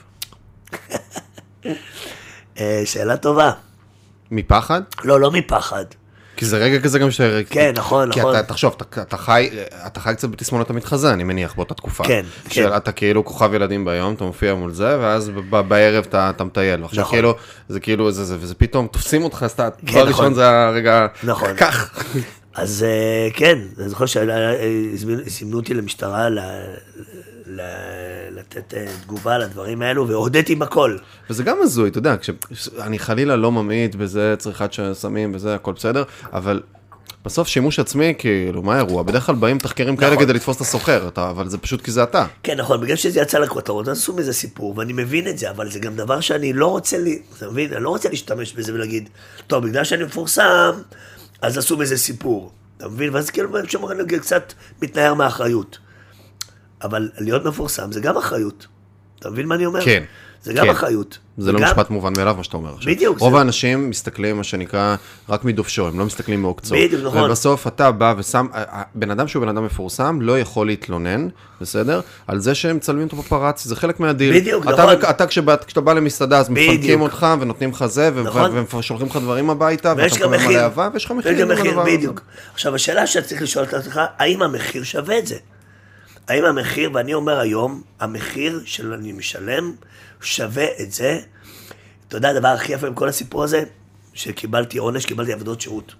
[SPEAKER 2] שאלה טובה.
[SPEAKER 1] מפחד?
[SPEAKER 2] לא, לא מפחד.
[SPEAKER 1] כי זה רגע כזה גם ש...
[SPEAKER 2] כן, נכון,
[SPEAKER 1] כי
[SPEAKER 2] נכון.
[SPEAKER 1] אתה, תחשוב, אתה, אתה חי, אתה חי קצת בתסמונת המתחזה, אני מניח, באותה תקופה.
[SPEAKER 2] כן, כן.
[SPEAKER 1] אתה כאילו כוכב ילדים ביום, אתה מופיע מול זה, ואז ב- בערב אתה, אתה מטייל. ועכשיו
[SPEAKER 2] נכון.
[SPEAKER 1] כאילו, זה כאילו, זה, זה, וזה פתאום, תופסים אותך, אז אתה,
[SPEAKER 2] כן,
[SPEAKER 1] דבר
[SPEAKER 2] נכון.
[SPEAKER 1] ראשון זה הרגע,
[SPEAKER 2] נכון.
[SPEAKER 1] כך.
[SPEAKER 2] אז כן, אני זוכר שזימנו אותי למשטרה ל... ל... לתת תגובה לדברים האלו, והודיתי בכל.
[SPEAKER 1] וזה גם הזוי, אתה יודע, כשאני חלילה לא ממעיט בזה, צריכת שסמים וזה, הכל בסדר, אבל בסוף שימוש עצמי, כאילו, מה האירוע? בדרך כלל באים תחקרים כאלה כדי לתפוס את הסוחר, אבל זה פשוט כי זה אתה.
[SPEAKER 2] כן, נכון, בגלל שזה יצא לכותרות, אז עשו מזה סיפור, ואני מבין את זה, אבל זה גם דבר שאני לא רוצה לי, אתה מבין? אני לא רוצה להשתמש בזה ולהגיד, טוב, בגלל שאני מפורסם, אז עשו מזה סיפור, אתה מבין? ואז כאילו, שאומרים, קצת מתנער מהאחריות. אבל להיות מפורסם זה גם אחריות. אתה מבין מה אני אומר?
[SPEAKER 1] כן.
[SPEAKER 2] זה גם
[SPEAKER 1] כן.
[SPEAKER 2] אחריות.
[SPEAKER 1] זה לא
[SPEAKER 2] גם...
[SPEAKER 1] משפט מובן מאליו מה שאתה אומר עכשיו.
[SPEAKER 2] בדיוק.
[SPEAKER 1] רוב
[SPEAKER 2] זה...
[SPEAKER 1] האנשים מסתכלים, מה שנקרא, רק מדופשו, הם לא מסתכלים מעוקצו.
[SPEAKER 2] בדיוק, נכון.
[SPEAKER 1] ובסוף אתה בא ושם, בן אדם שהוא בן אדם מפורסם, לא יכול להתלונן, בסדר? על זה שהם מצלמים אותו בפרץ, זה חלק מהדיל.
[SPEAKER 2] בדיוק,
[SPEAKER 1] אתה,
[SPEAKER 2] נכון.
[SPEAKER 1] אתה כשבא, כשאתה בא למסעדה, אז
[SPEAKER 2] בדיוק.
[SPEAKER 1] מפנקים אותך ונותנים לך זה,
[SPEAKER 2] נכון.
[SPEAKER 1] ושולחים לך דברים הביתה,
[SPEAKER 2] ויש
[SPEAKER 1] ואתה
[SPEAKER 2] גם
[SPEAKER 1] מקבל
[SPEAKER 2] מחיר.
[SPEAKER 1] מלא אהבה, ויש לך מחיר.
[SPEAKER 2] ויש גם מחיר, בדיוק. עכשיו, השאלה שאתה צריך לשאול את עצמך, האם המחיר שווה את זה? האם המחיר, ואני אומר היום, המחיר שאני משלם שווה את זה. אתה יודע, הדבר הכי יפה עם כל הסיפור הזה, שקיבלתי עונש, קיבלתי עבודות שירות.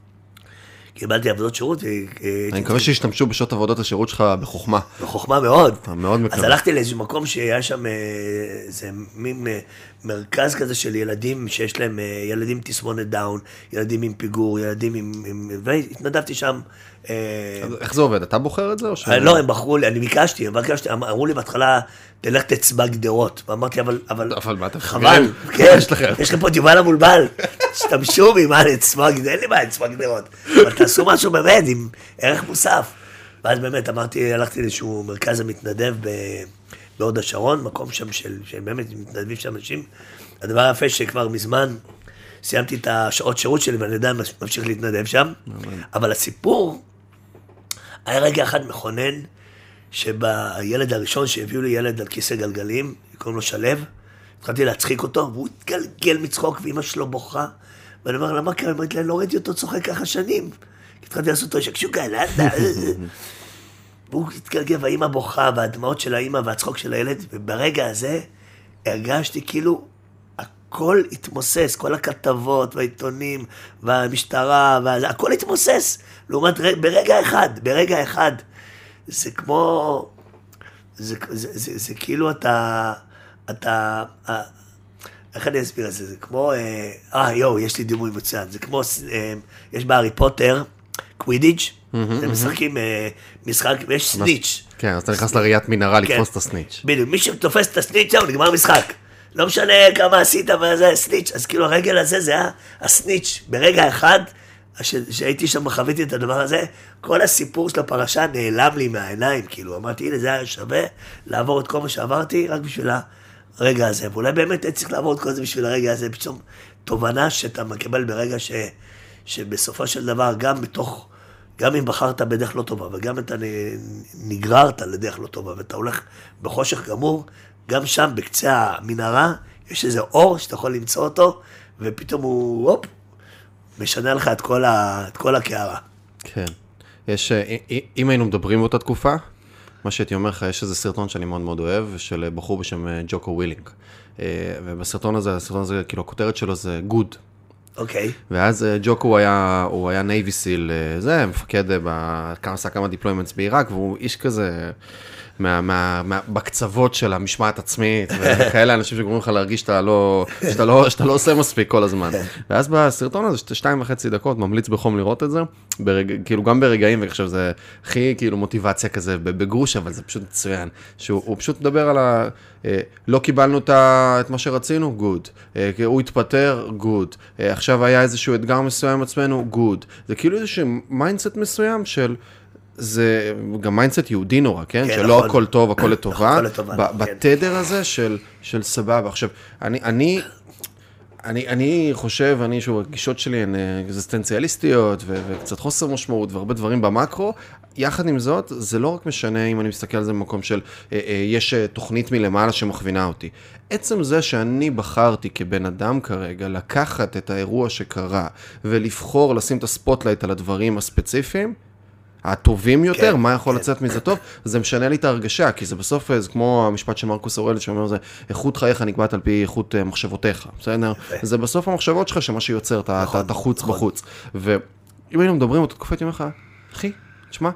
[SPEAKER 2] קיבלתי עבודות שירות.
[SPEAKER 1] אני מקווה שהשתמשו בשעות עבודות השירות שלך בחוכמה.
[SPEAKER 2] בחוכמה מאוד.
[SPEAKER 1] מאוד מקווה.
[SPEAKER 2] אז הלכתי לאיזה מקום שהיה שם איזה מין מרכז כזה של ילדים, שיש להם ילדים תסמונת דאון, ילדים עם פיגור, ילדים עם... והתנדבתי שם.
[SPEAKER 1] איך זה עובד? אתה בוחר את זה?
[SPEAKER 2] לא, הם בחרו לי, אני ביקשתי, אמרו לי בהתחלה, תלך תצבע גדרות. ואמרתי, אבל...
[SPEAKER 1] אבל מה אתה
[SPEAKER 2] חבל, כן, יש לי פה טיבל המולבל, שתמשו בי, מה, לצבע גדרות, אין לי מה לצבע גדרות, אבל תעשו משהו באמת, עם ערך מוסף. ואז באמת אמרתי, הלכתי לאיזשהו מרכז המתנדב בהוד השרון, מקום שם של, שבאמת מתנדבים שם אנשים. הדבר היפה שכבר מזמן סיימתי את השעות שירות שלי, ואני עדיין ממשיך להתנדב שם, אבל הסיפור היה רגע אחד מכונן, שבילד הראשון שהביאו לי ילד על כיסא גלגלים, קוראים לו שלב, התחלתי להצחיק אותו, והוא התגלגל מצחוק, ואמא שלו בוכה, ואני אומר, למה קרה? אמרתי לה, לא ראיתי אותו צוחק ככה שנים. התחלתי לעשות אותו, שקשוקה, לאדה. והוא התגלגל, והאמא בוכה, והדמעות של האמא והצחוק של הילד, וברגע הזה הרגשתי כאילו הכל התמוסס, כל הכתבות והעיתונים והמשטרה, הכל התמוסס. לעומת ברגע אחד, ברגע אחד. זה כמו, זה, זה, זה, זה כאילו אתה, אתה, אה, איך אני אסביר את זה? זה כמו, אה, אה יו, יש לי דימוי מצוין, זה כמו, אה, יש בהארי פוטר, קווידיג', הם משחקים אה, משחק, ויש סניץ'.
[SPEAKER 1] כן, אז אתה נכנס לראיית מנהרה לתפוס את הסניץ'.
[SPEAKER 2] בדיוק, מי שתופס את הסניץ', הוא נגמר משחק. לא משנה כמה עשית, אבל זה סניץ', אז כאילו הרגל הזה, זה היה הסניץ', ברגע אחד, שהייתי שם וחוויתי את הדבר הזה, כל הסיפור של הפרשה נעלם לי מהעיניים, כאילו, אמרתי, הנה, זה היה שווה לעבור את כל מה שעברתי, רק בשביל הרגע הזה, ואולי באמת צריך לעבור את כל זה בשביל הרגע הזה, פתאום תובנה שאתה מקבל ברגע ש, שבסופו של דבר, גם בתוך, גם אם בחרת בדרך לא טובה, וגם אתה נגררת לדרך לא טובה, ואתה הולך בחושך גמור, גם שם, בקצה המנהרה, יש איזה אור שאתה יכול למצוא אותו, ופתאום הוא, הופ, משנה לך את כל, ה... את כל הקערה.
[SPEAKER 1] כן. יש, אם היינו מדברים באותה תקופה, מה שהייתי אומר לך, יש איזה סרטון שאני מאוד מאוד אוהב, של בחור בשם ג'וקו ווילינג. ובסרטון הזה, הסרטון הזה, כאילו, הכותרת שלו זה good.
[SPEAKER 2] אוקיי.
[SPEAKER 1] ואז ג'וקו הוא היה, הוא היה נייבי סיל, זה, מפקד, עשה כמה דיפלוימנטס בעיראק, והוא איש כזה, מה, מה, מה, בקצוות של המשמעת עצמית, וכאלה אנשים שגורמים לך להרגיש שאתה לא, שאתה לא, שאתה לא עושה מספיק כל הזמן. ואז בסרטון הזה, שתיים וחצי דקות, ממליץ בחום לראות את זה, ברג, כאילו גם ברגעים, ועכשיו זה הכי כאילו מוטיבציה כזה בגרוש, אבל זה פשוט מצוין, שהוא פשוט מדבר על ה... לא קיבלנו את מה שרצינו, גוד. הוא התפטר, גוד. עכשיו היה איזשהו אתגר מסוים עצמנו, גוד. זה כאילו איזשהו מיינדסט מסוים של... זה גם מיינדסט יהודי נורא, כן?
[SPEAKER 2] כן,
[SPEAKER 1] שלא
[SPEAKER 2] נכון.
[SPEAKER 1] הכל טוב, הכל לטובה.
[SPEAKER 2] הכל לטובה,
[SPEAKER 1] ב-
[SPEAKER 2] כן.
[SPEAKER 1] בתדר הזה של, של סבבה. עכשיו, אני, אני, אני, אני חושב, אני, שוב, הגישות שלי הן אקזיסטנציאליסטיות, ו- וקצת חוסר משמעות, והרבה דברים במקרו. יחד עם זאת, זה לא רק משנה אם אני מסתכל על זה במקום של, אה, אה, יש תוכנית מלמעלה שמכווינה אותי. עצם זה שאני בחרתי כבן אדם כרגע, לקחת את האירוע שקרה, ולבחור לשים את הספוטלייט על הדברים הספציפיים, הטובים יותר,
[SPEAKER 2] כן,
[SPEAKER 1] מה יכול
[SPEAKER 2] כן.
[SPEAKER 1] לצאת מזה טוב, זה משנה לי את ההרגשה, כי זה בסוף, זה כמו המשפט של מרקוס אורליץ, שאומר זה, איכות חייך נקבעת על פי איכות מחשבותיך, בסדר? זה בסוף המחשבות שלך, שמה שיוצר, אתה
[SPEAKER 2] נכון,
[SPEAKER 1] אתה חוץ
[SPEAKER 2] נכון.
[SPEAKER 1] בחוץ. ואם היינו מדברים, אתה תקופת יום אחד, אחי, תשמע,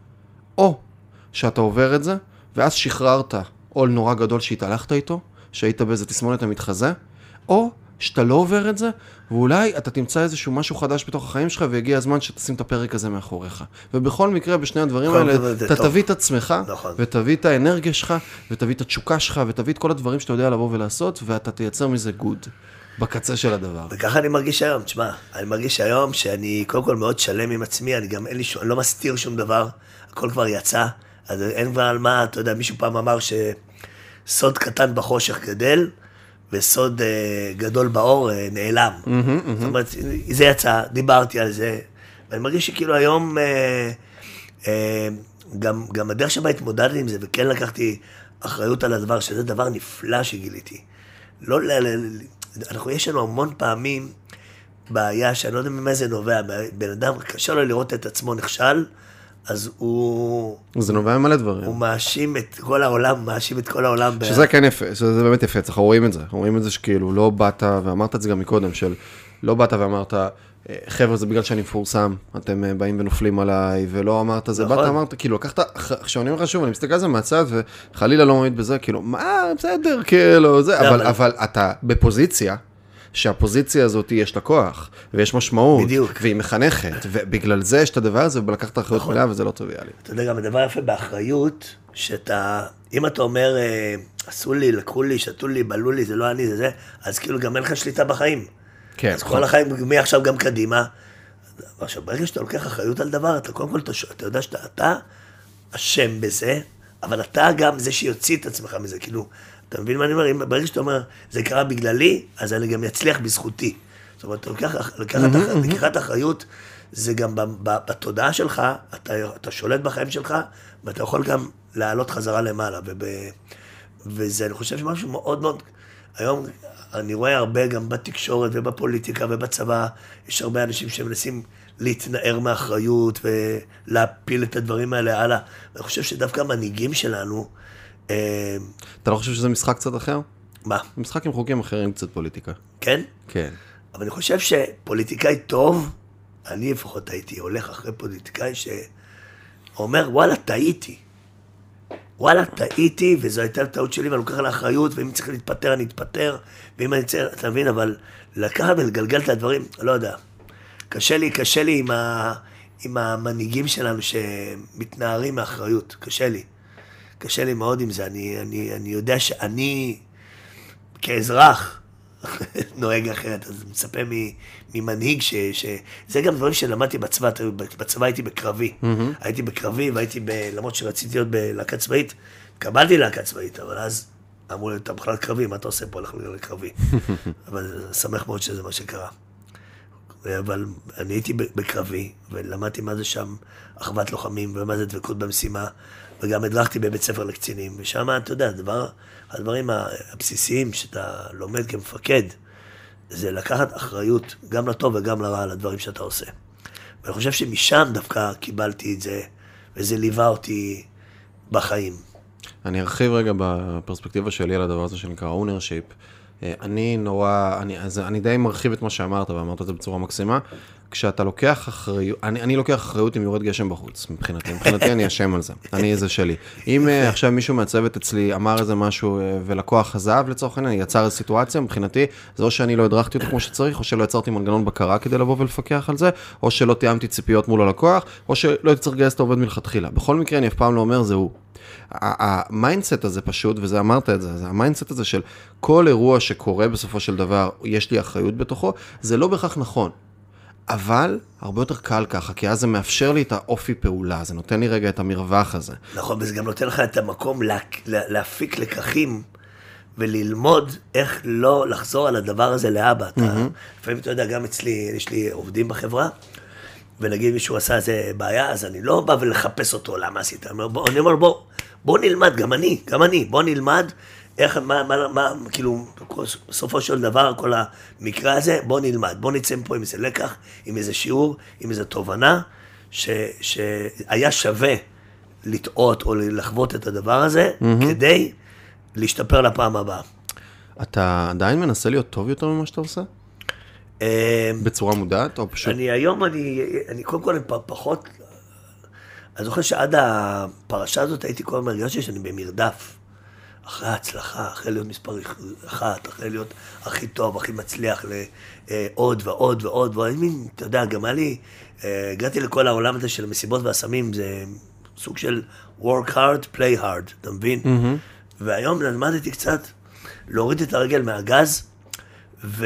[SPEAKER 1] או שאתה עובר את זה, ואז שחררת עול נורא גדול שהתהלכת איתו, שהיית באיזה תסמונת המתחזה, או שאתה לא עובר את זה, ואולי אתה תמצא איזשהו משהו חדש בתוך החיים שלך, והגיע הזמן שתשים את הפרק הזה מאחוריך. ובכל מקרה, בשני הדברים האלה, אתה תביא את עצמך,
[SPEAKER 2] נכון.
[SPEAKER 1] ותביא את האנרגיה שלך, ותביא את התשוקה שלך, ותביא את כל הדברים שאתה יודע לבוא ולעשות, ואתה תייצר מזה גוד, בקצה של הדבר.
[SPEAKER 2] וככה אני מרגיש היום, תשמע, אני מרגיש היום שאני קודם כל מאוד שלם עם עצמי, אני גם אין לי שום, אני לא מסתיר שום דבר, הכל כבר יצא, אז אין כבר על מה, אתה יודע, מישהו פעם אמר שסוד קטן בחושך גדל, וסוד uh, גדול באור uh, נעלם. Mm-hmm, mm-hmm. זאת אומרת, זה יצא, דיברתי על זה, ואני מרגיש שכאילו היום, uh, uh, גם, גם הדרך שבה התמודדתי עם זה, וכן לקחתי אחריות על הדבר, שזה דבר נפלא שגיליתי. לא, ל, ל, ל, אנחנו, יש לנו המון פעמים בעיה, שאני לא יודע ממה זה נובע, בן אדם קשה לו לראות את עצמו נכשל, אז הוא...
[SPEAKER 1] זה נובע מלא דברים.
[SPEAKER 2] הוא מאשים את כל העולם, מאשים את כל העולם.
[SPEAKER 1] שזה כן יפה, שזה באמת יפה, אנחנו רואים את זה. אנחנו רואים את זה שכאילו לא באת, ואמרת את זה גם מקודם, של לא באת ואמרת, חבר'ה, זה בגלל שאני מפורסם, אתם באים ונופלים עליי, ולא אמרת זה, באת, אמרת, כאילו, לקחת, עכשיו אני אומר לך שוב, אני מסתכל על זה מהצד, וחלילה לא מעמיד בזה, כאילו, מה, בסדר, כאילו, זה, אבל, אבל אתה בפוזיציה, שהפוזיציה הזאת יש לה כוח, ויש משמעות,
[SPEAKER 2] בדיוק.
[SPEAKER 1] והיא מחנכת, ובגלל זה יש את הדבר הזה, ולקחת אחריות נכון. מלאה, וזה לא טריוויאלי.
[SPEAKER 2] אתה יודע, גם הדבר יפה באחריות, שאתה, אם אתה אומר, עשו לי, לקחו לי, שתו לי, בלו לי, זה לא אני, זה זה, אז כאילו גם אין לך שליטה בחיים.
[SPEAKER 1] כן.
[SPEAKER 2] אז כל החיים, מי עכשיו גם קדימה. עכשיו, ברגע שאתה לוקח אחריות על דבר, אתה קודם כל, אתה, אתה יודע שאתה אתה אשם בזה, אבל אתה גם זה שיוציא את עצמך מזה, כאילו, אתה מבין מה אני אומר? ברגע שאתה אומר, זה קרה בגללי, אז אני גם אצליח בזכותי. זאת אומרת, לקחת אחריות, זה גם בתודעה שלך, אתה שולט בחיים שלך, ואתה יכול גם לעלות חזרה למעלה. וזה, אני חושב שמשהו מאוד מאוד, היום אני רואה הרבה גם בתקשורת ובפוליטיקה ובצבא, יש הרבה אנשים שמנסים להתנער מאחריות ולהפיל את הדברים האלה הלאה. ואני חושב שדווקא המנהיגים שלנו,
[SPEAKER 1] אתה לא חושב שזה משחק קצת אחר?
[SPEAKER 2] מה?
[SPEAKER 1] משחק עם חוקים אחרים, קצת פוליטיקה.
[SPEAKER 2] כן?
[SPEAKER 1] כן.
[SPEAKER 2] אבל אני חושב שפוליטיקאי טוב, אני לפחות הייתי הולך אחרי פוליטיקאי שאומר, וואלה, טעיתי. וואלה, טעיתי, וזו הייתה טעות שלי, ואני לוקח על האחריות, ואם צריך להתפטר, אני אתפטר, ואם אני צריך, אתה מבין, אבל לקחת ולגלגל את הדברים, לא יודע. קשה לי, קשה לי עם, ה, עם המנהיגים שלנו שמתנערים מאחריות, קשה לי. קשה לי מאוד עם זה, אני, אני, אני יודע שאני כאזרח נוהג אחרת, אז מצפה ממנהיג ש, ש... זה גם דברים שלמדתי בצבא, בצבא הייתי בקרבי, mm-hmm. הייתי בקרבי והייתי, ב... למרות שרציתי להיות בלהקה צבאית, קבלתי להקה צבאית, אבל אז אמרו לי, אתה בכלל קרבי, מה אתה עושה פה? הולך לקרבי. אבל שמח מאוד שזה מה שקרה. אבל אני הייתי בקרבי, ולמדתי מה זה שם אחוות לוחמים, ומה זה דבקות במשימה, וגם הדרכתי בבית ספר לקצינים, ושם, אתה יודע, הדבר, הדברים הבסיסיים שאתה לומד כמפקד, זה לקחת אחריות, גם לטוב וגם לרע, על הדברים שאתה עושה. ואני חושב שמשם דווקא קיבלתי את זה, וזה ליווה אותי בחיים.
[SPEAKER 1] אני ארחיב רגע בפרספקטיבה שלי על הדבר הזה שנקרא ownership. אני נורא, אני, אז אני די מרחיב את מה שאמרת, ואמרת את זה בצורה מקסימה. כשאתה לוקח אחריות, אני, אני לוקח אחריות אם יורד גשם בחוץ, מבחינתי. מבחינתי אני אשם על זה, אני זה שלי. אם עכשיו מישהו מהצוות אצלי אמר איזה משהו, ולקוח עזב לצורך העניין, יצר איזו סיטואציה, מבחינתי, זה או שאני לא הדרכתי אותו כמו שצריך, או שלא יצרתי מנגנון בקרה כדי לבוא ולפקח על זה, או שלא תיאמתי ציפיות מול הלקוח, או שלא הייתי צריך לגייס את העובד מלכתחילה. בכל מקרה, אני אף פעם לא אומר, זה הוא. המיינדסט הזה פשוט, וזה אמרת את זה, זה המיינדסט הזה של כל אירוע שקורה בסופו של דבר, יש לי אחריות בתוכו, זה לא בהכרח נכון. אבל הרבה יותר קל ככה, כי אז זה מאפשר לי את האופי פעולה, זה נותן לי רגע את המרווח הזה.
[SPEAKER 2] נכון, וזה גם נותן לך את המקום לה, לה, להפיק לקחים, וללמוד איך לא לחזור על הדבר הזה לאבא. Mm-hmm. אתה, לפעמים אתה יודע, גם אצלי, יש לי עובדים בחברה, ונגיד מישהו עשה איזה בעיה, אז אני לא בא ולחפש אותו, למה עשית? אני אומר, בוא, אני אומר, בוא, בוא נלמד, גם אני, גם אני, בוא נלמד, איך, מה, מה, מה, כאילו, בסופו של דבר, כל המקרה הזה, בוא נלמד, בוא נצא פה עם איזה לקח, עם איזה שיעור, עם איזה תובנה, ש, שהיה שווה לטעות או לחוות את הדבר הזה, mm-hmm. כדי להשתפר לפעם הבאה. אתה
[SPEAKER 1] עדיין מנסה להיות טוב יותר ממה שאתה עושה? בצורה מודעת, או פשוט?
[SPEAKER 2] אני היום, אני, אני קודם כל פחות, אני זוכר שעד הפרשה הזאת הייתי כל מרגש שאני במרדף, אחרי ההצלחה, אחרי להיות מספר אחת, אחרי להיות הכי טוב, הכי מצליח, לעוד ועוד ועוד, ואני מין, אתה יודע, גם היה לי, הגעתי לכל העולם הזה של המסיבות והסמים, זה סוג של work hard, play hard, אתה מבין? Mm-hmm. והיום למדתי קצת להוריד את הרגל מהגז, ו...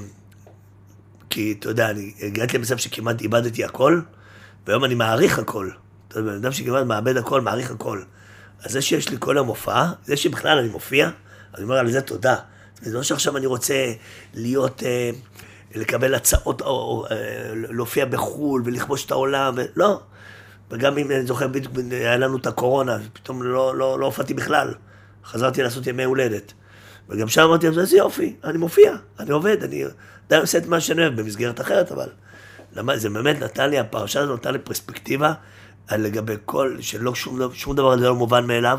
[SPEAKER 2] כי, אתה יודע, אני הגעתי למצב שכמעט איבדתי הכל, והיום אני מעריך הכל. אתה יודע, אדם שכמעט מאבד הכל, מעריך הכל. אז זה שיש לי כל המופעה, זה שבכלל אני מופיע, אני אומר על זה תודה. זה לא שעכשיו אני רוצה להיות, אה, לקבל הצעות, או, או אה, להופיע בחול ולכבוש את העולם, ו... לא. וגם אם אני זוכר, היה לנו את הקורונה, פתאום לא, לא, לא הופעתי בכלל. חזרתי לעשות ימי הולדת. וגם שם אמרתי, זה יופי, אני מופיע, אני עובד, אני די עושה את מה שאני אוהב במסגרת אחרת, אבל למה, זה באמת נתן לי, הפרשה הזאת נתן לי פרספקטיבה, לגבי כל, שלא שום, שום דבר לא מובן מאליו,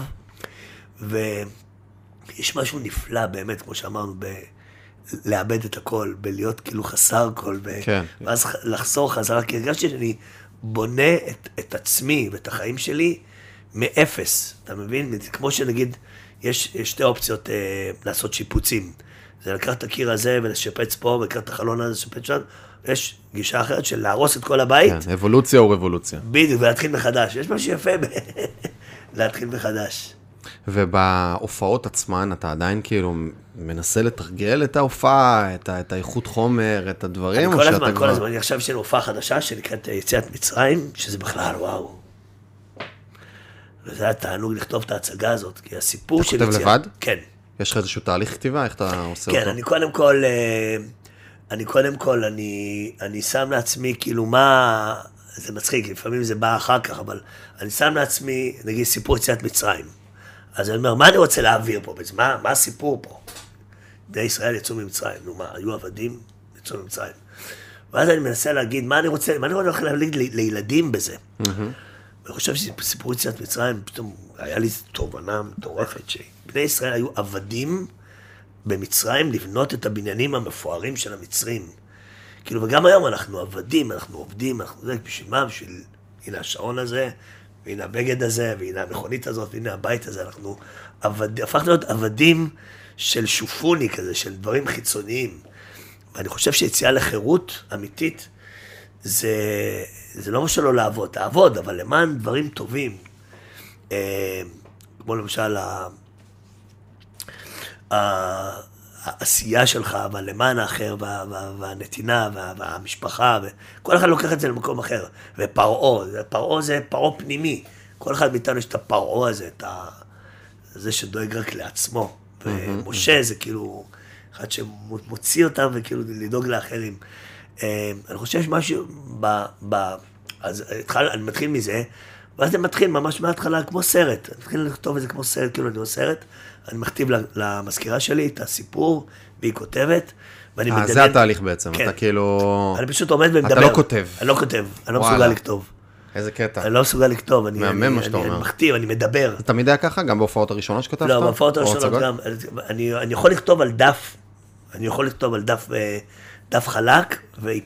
[SPEAKER 2] ויש משהו נפלא באמת, כמו שאמרנו, ב... לאבד את הכל, בלהיות כאילו חסר כל, ב... כן. ואז לחזור חזרה, כי הרגשתי שאני בונה את, את עצמי ואת החיים שלי מאפס, אתה מבין? כמו שנגיד, יש שתי אופציות אה, לעשות שיפוצים. זה לקחת את הקיר הזה ולשפץ פה, ולקחת את החלון הזה לשפץ שם. יש גישה אחרת של להרוס את כל הבית.
[SPEAKER 1] כן, אבולוציה או רבולוציה.
[SPEAKER 2] בדיוק, ולהתחיל מחדש. יש משהו יפה ב... להתחיל מחדש.
[SPEAKER 1] ובהופעות עצמן אתה עדיין כאילו מנסה לתרגל את ההופעה, את, את האיכות חומר, את הדברים?
[SPEAKER 2] כל הזמן, כל כבר... הזמן. אני עכשיו של הופעה חדשה שנקראת יציאת מצרים, שזה בכלל וואו. וזה היה תענוג לכתוב את ההצגה הזאת, כי הסיפור של
[SPEAKER 1] יציאת... אתה כותב לבד?
[SPEAKER 2] כן.
[SPEAKER 1] יש לך איזשהו תהליך כתיבה? איך אתה עושה
[SPEAKER 2] כן,
[SPEAKER 1] אותו?
[SPEAKER 2] כן, אני קודם כל, אני קודם כל, אני, אני שם לעצמי, כאילו מה, זה מצחיק, לפעמים זה בא אחר כך, אבל אני שם לעצמי, נגיד, סיפור יציאת מצרים. אז אני אומר, מה אני רוצה להעביר פה? מה, מה הסיפור פה? בני ישראל יצאו ממצרים, נו מה, היו עבדים, יצאו ממצרים. ואז אני מנסה להגיד, מה אני רוצה, מה אני רוצה להגיד לילדים בזה? ואני חושב שסיפור יציאת מצרים, פתאום היה לי תובנה מטורפת, שבני ישראל היו עבדים במצרים לבנות את הבניינים המפוארים של המצרים. כאילו, וגם היום אנחנו עבדים, אנחנו עובדים, אנחנו עובדים בשביל מה? בשביל, הנה השעון הזה, והנה הבגד הזה, והנה המכונית הזאת, והנה הבית הזה, אנחנו עבד, הפכנו להיות עבדים של שופוני כזה, של דברים חיצוניים. ואני חושב שיציאה לחירות אמיתית, זה, זה לא משהו לא לעבוד, תעבוד, אבל למען דברים טובים. אה, כמו למשל, ה, ה, העשייה שלך, אבל למען האחר, וה, וה, והנתינה, וה, והמשפחה, וכל אחד לוקח את זה למקום אחר. ופרעו, פרעו זה פרעו פנימי. כל אחד מאיתנו יש את הפרעו הזה, את ה, זה שדואג רק לעצמו. ומשה זה כאילו, אחד שמוציא אותם וכאילו לדאוג לאחרים. אני חושב שמשהו, ב, ב, אז התחל, אני מתחיל מזה, ואז זה מתחיל ממש מההתחלה כמו סרט. אני מתחיל לכתוב את זה כמו סרט, כאילו אני עושה סרט, אני מכתיב למזכירה שלי את הסיפור, והיא כותבת, ואני מדמיין...
[SPEAKER 1] אה, זה התהליך בעצם, אתה כאילו...
[SPEAKER 2] אני פשוט עומד ומדבר.
[SPEAKER 1] אתה לא כותב.
[SPEAKER 2] אני לא כותב, אני לא מסוגל לכתוב.
[SPEAKER 1] איזה קטע.
[SPEAKER 2] אני לא מסוגל לכתוב, אני,
[SPEAKER 1] מהמם
[SPEAKER 2] אני,
[SPEAKER 1] מה שאתה
[SPEAKER 2] אני,
[SPEAKER 1] אומר.
[SPEAKER 2] אני מכתיב, אני מדבר.
[SPEAKER 1] אתה תמיד היה ככה? גם בהופעות הראשונות שכתבת?
[SPEAKER 2] לא, בהופעות הראשונות גם. אני, אני יכול לכתוב על דף אני יכול לכתוב על דף, דף חלק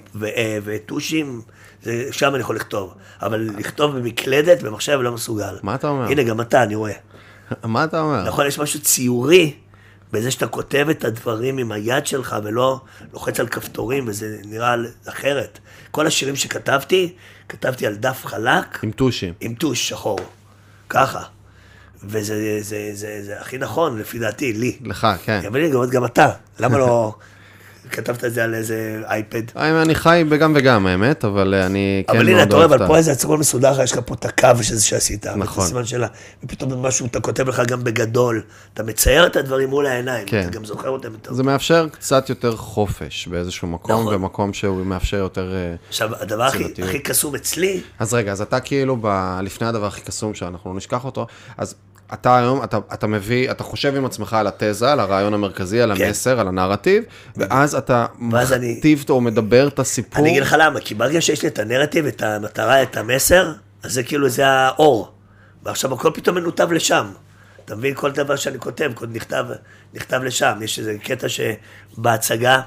[SPEAKER 2] וטושים, שם אני יכול לכתוב. אבל לכתוב במקלדת, במחשב לא מסוגל.
[SPEAKER 1] מה אתה אומר?
[SPEAKER 2] הנה, גם אתה, אני רואה.
[SPEAKER 1] מה אתה אומר?
[SPEAKER 2] נכון, יש משהו ציורי, בזה שאתה כותב את הדברים עם היד שלך, ולא לוחץ על כפתורים, וזה נראה אחרת. כל השירים שכתבתי, כתבתי על דף חלק.
[SPEAKER 1] עם טושים.
[SPEAKER 2] עם טוש שחור. ככה. וזה זה, זה, זה, זה הכי נכון, לפי דעתי, לי.
[SPEAKER 1] לך, כן.
[SPEAKER 2] אבל אני גם, גם אתה. למה לא כתבת את זה על איזה אייפד?
[SPEAKER 1] אני חי בגם וגם, האמת, אבל אני כן מאוד
[SPEAKER 2] אבל
[SPEAKER 1] אוהב
[SPEAKER 2] הנה, אתה רואה, אבל
[SPEAKER 1] אותה.
[SPEAKER 2] פה איזה הצגול מסודר לך, יש לך פה את הקו שזה שעשית.
[SPEAKER 1] נכון.
[SPEAKER 2] את הסימן שלה. ופתאום משהו, אתה כותב לך גם בגדול. אתה מצייר את הדברים מול העיניים.
[SPEAKER 1] כן.
[SPEAKER 2] אתה גם זוכר אותם יותר.
[SPEAKER 1] זה מאפשר קצת יותר חופש באיזשהו מקום,
[SPEAKER 2] נכון.
[SPEAKER 1] במקום שהוא מאפשר יותר...
[SPEAKER 2] עכשיו, הדבר הכי,
[SPEAKER 1] יצירתיות.
[SPEAKER 2] הכי קסום אצלי,
[SPEAKER 1] אז רגע, אז אתה כאילו, ב... לפני הדבר הכי קסום שאנחנו לא נשכח אותו, אז אתה היום, אתה, אתה מביא, אתה חושב עם עצמך על התזה, על הרעיון המרכזי, על המסר, על הנרטיב, ואז אתה
[SPEAKER 2] ואז אני-
[SPEAKER 1] מכתיב או מדבר את הסיפור.
[SPEAKER 2] אני אגיד לך למה, כי ברגע שיש לי את הנרטיב, את המטרה, את המסר, אז זה כאילו, זה האור. ועכשיו הכל פתאום מנותב לשם. אתה מבין? כל דבר שאני כותב, כל נכתב, נכתב לשם. יש איזה קטע שבהצגה,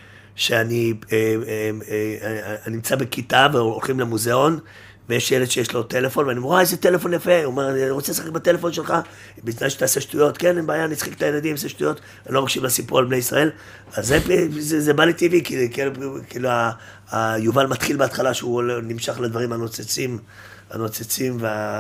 [SPEAKER 2] שאני אה, אה, אה, אני נמצא בכיתה והולכים למוזיאון, ויש ילד שיש לו טלפון, ואני אומר, איזה טלפון יפה, הוא אומר, אני רוצה לשחק בטלפון שלך, בתנאי שתעשה שטויות, כן, אין בעיה, אני אצחיק את הילדים, עושה שטויות, אני לא מקשיב לסיפור על בני ישראל, אז זה, זה, זה בא לי טבעי, כאילו, כאילו, היובל מתחיל בהתחלה, שהוא נמשך לדברים הנוצצים, הנוצצים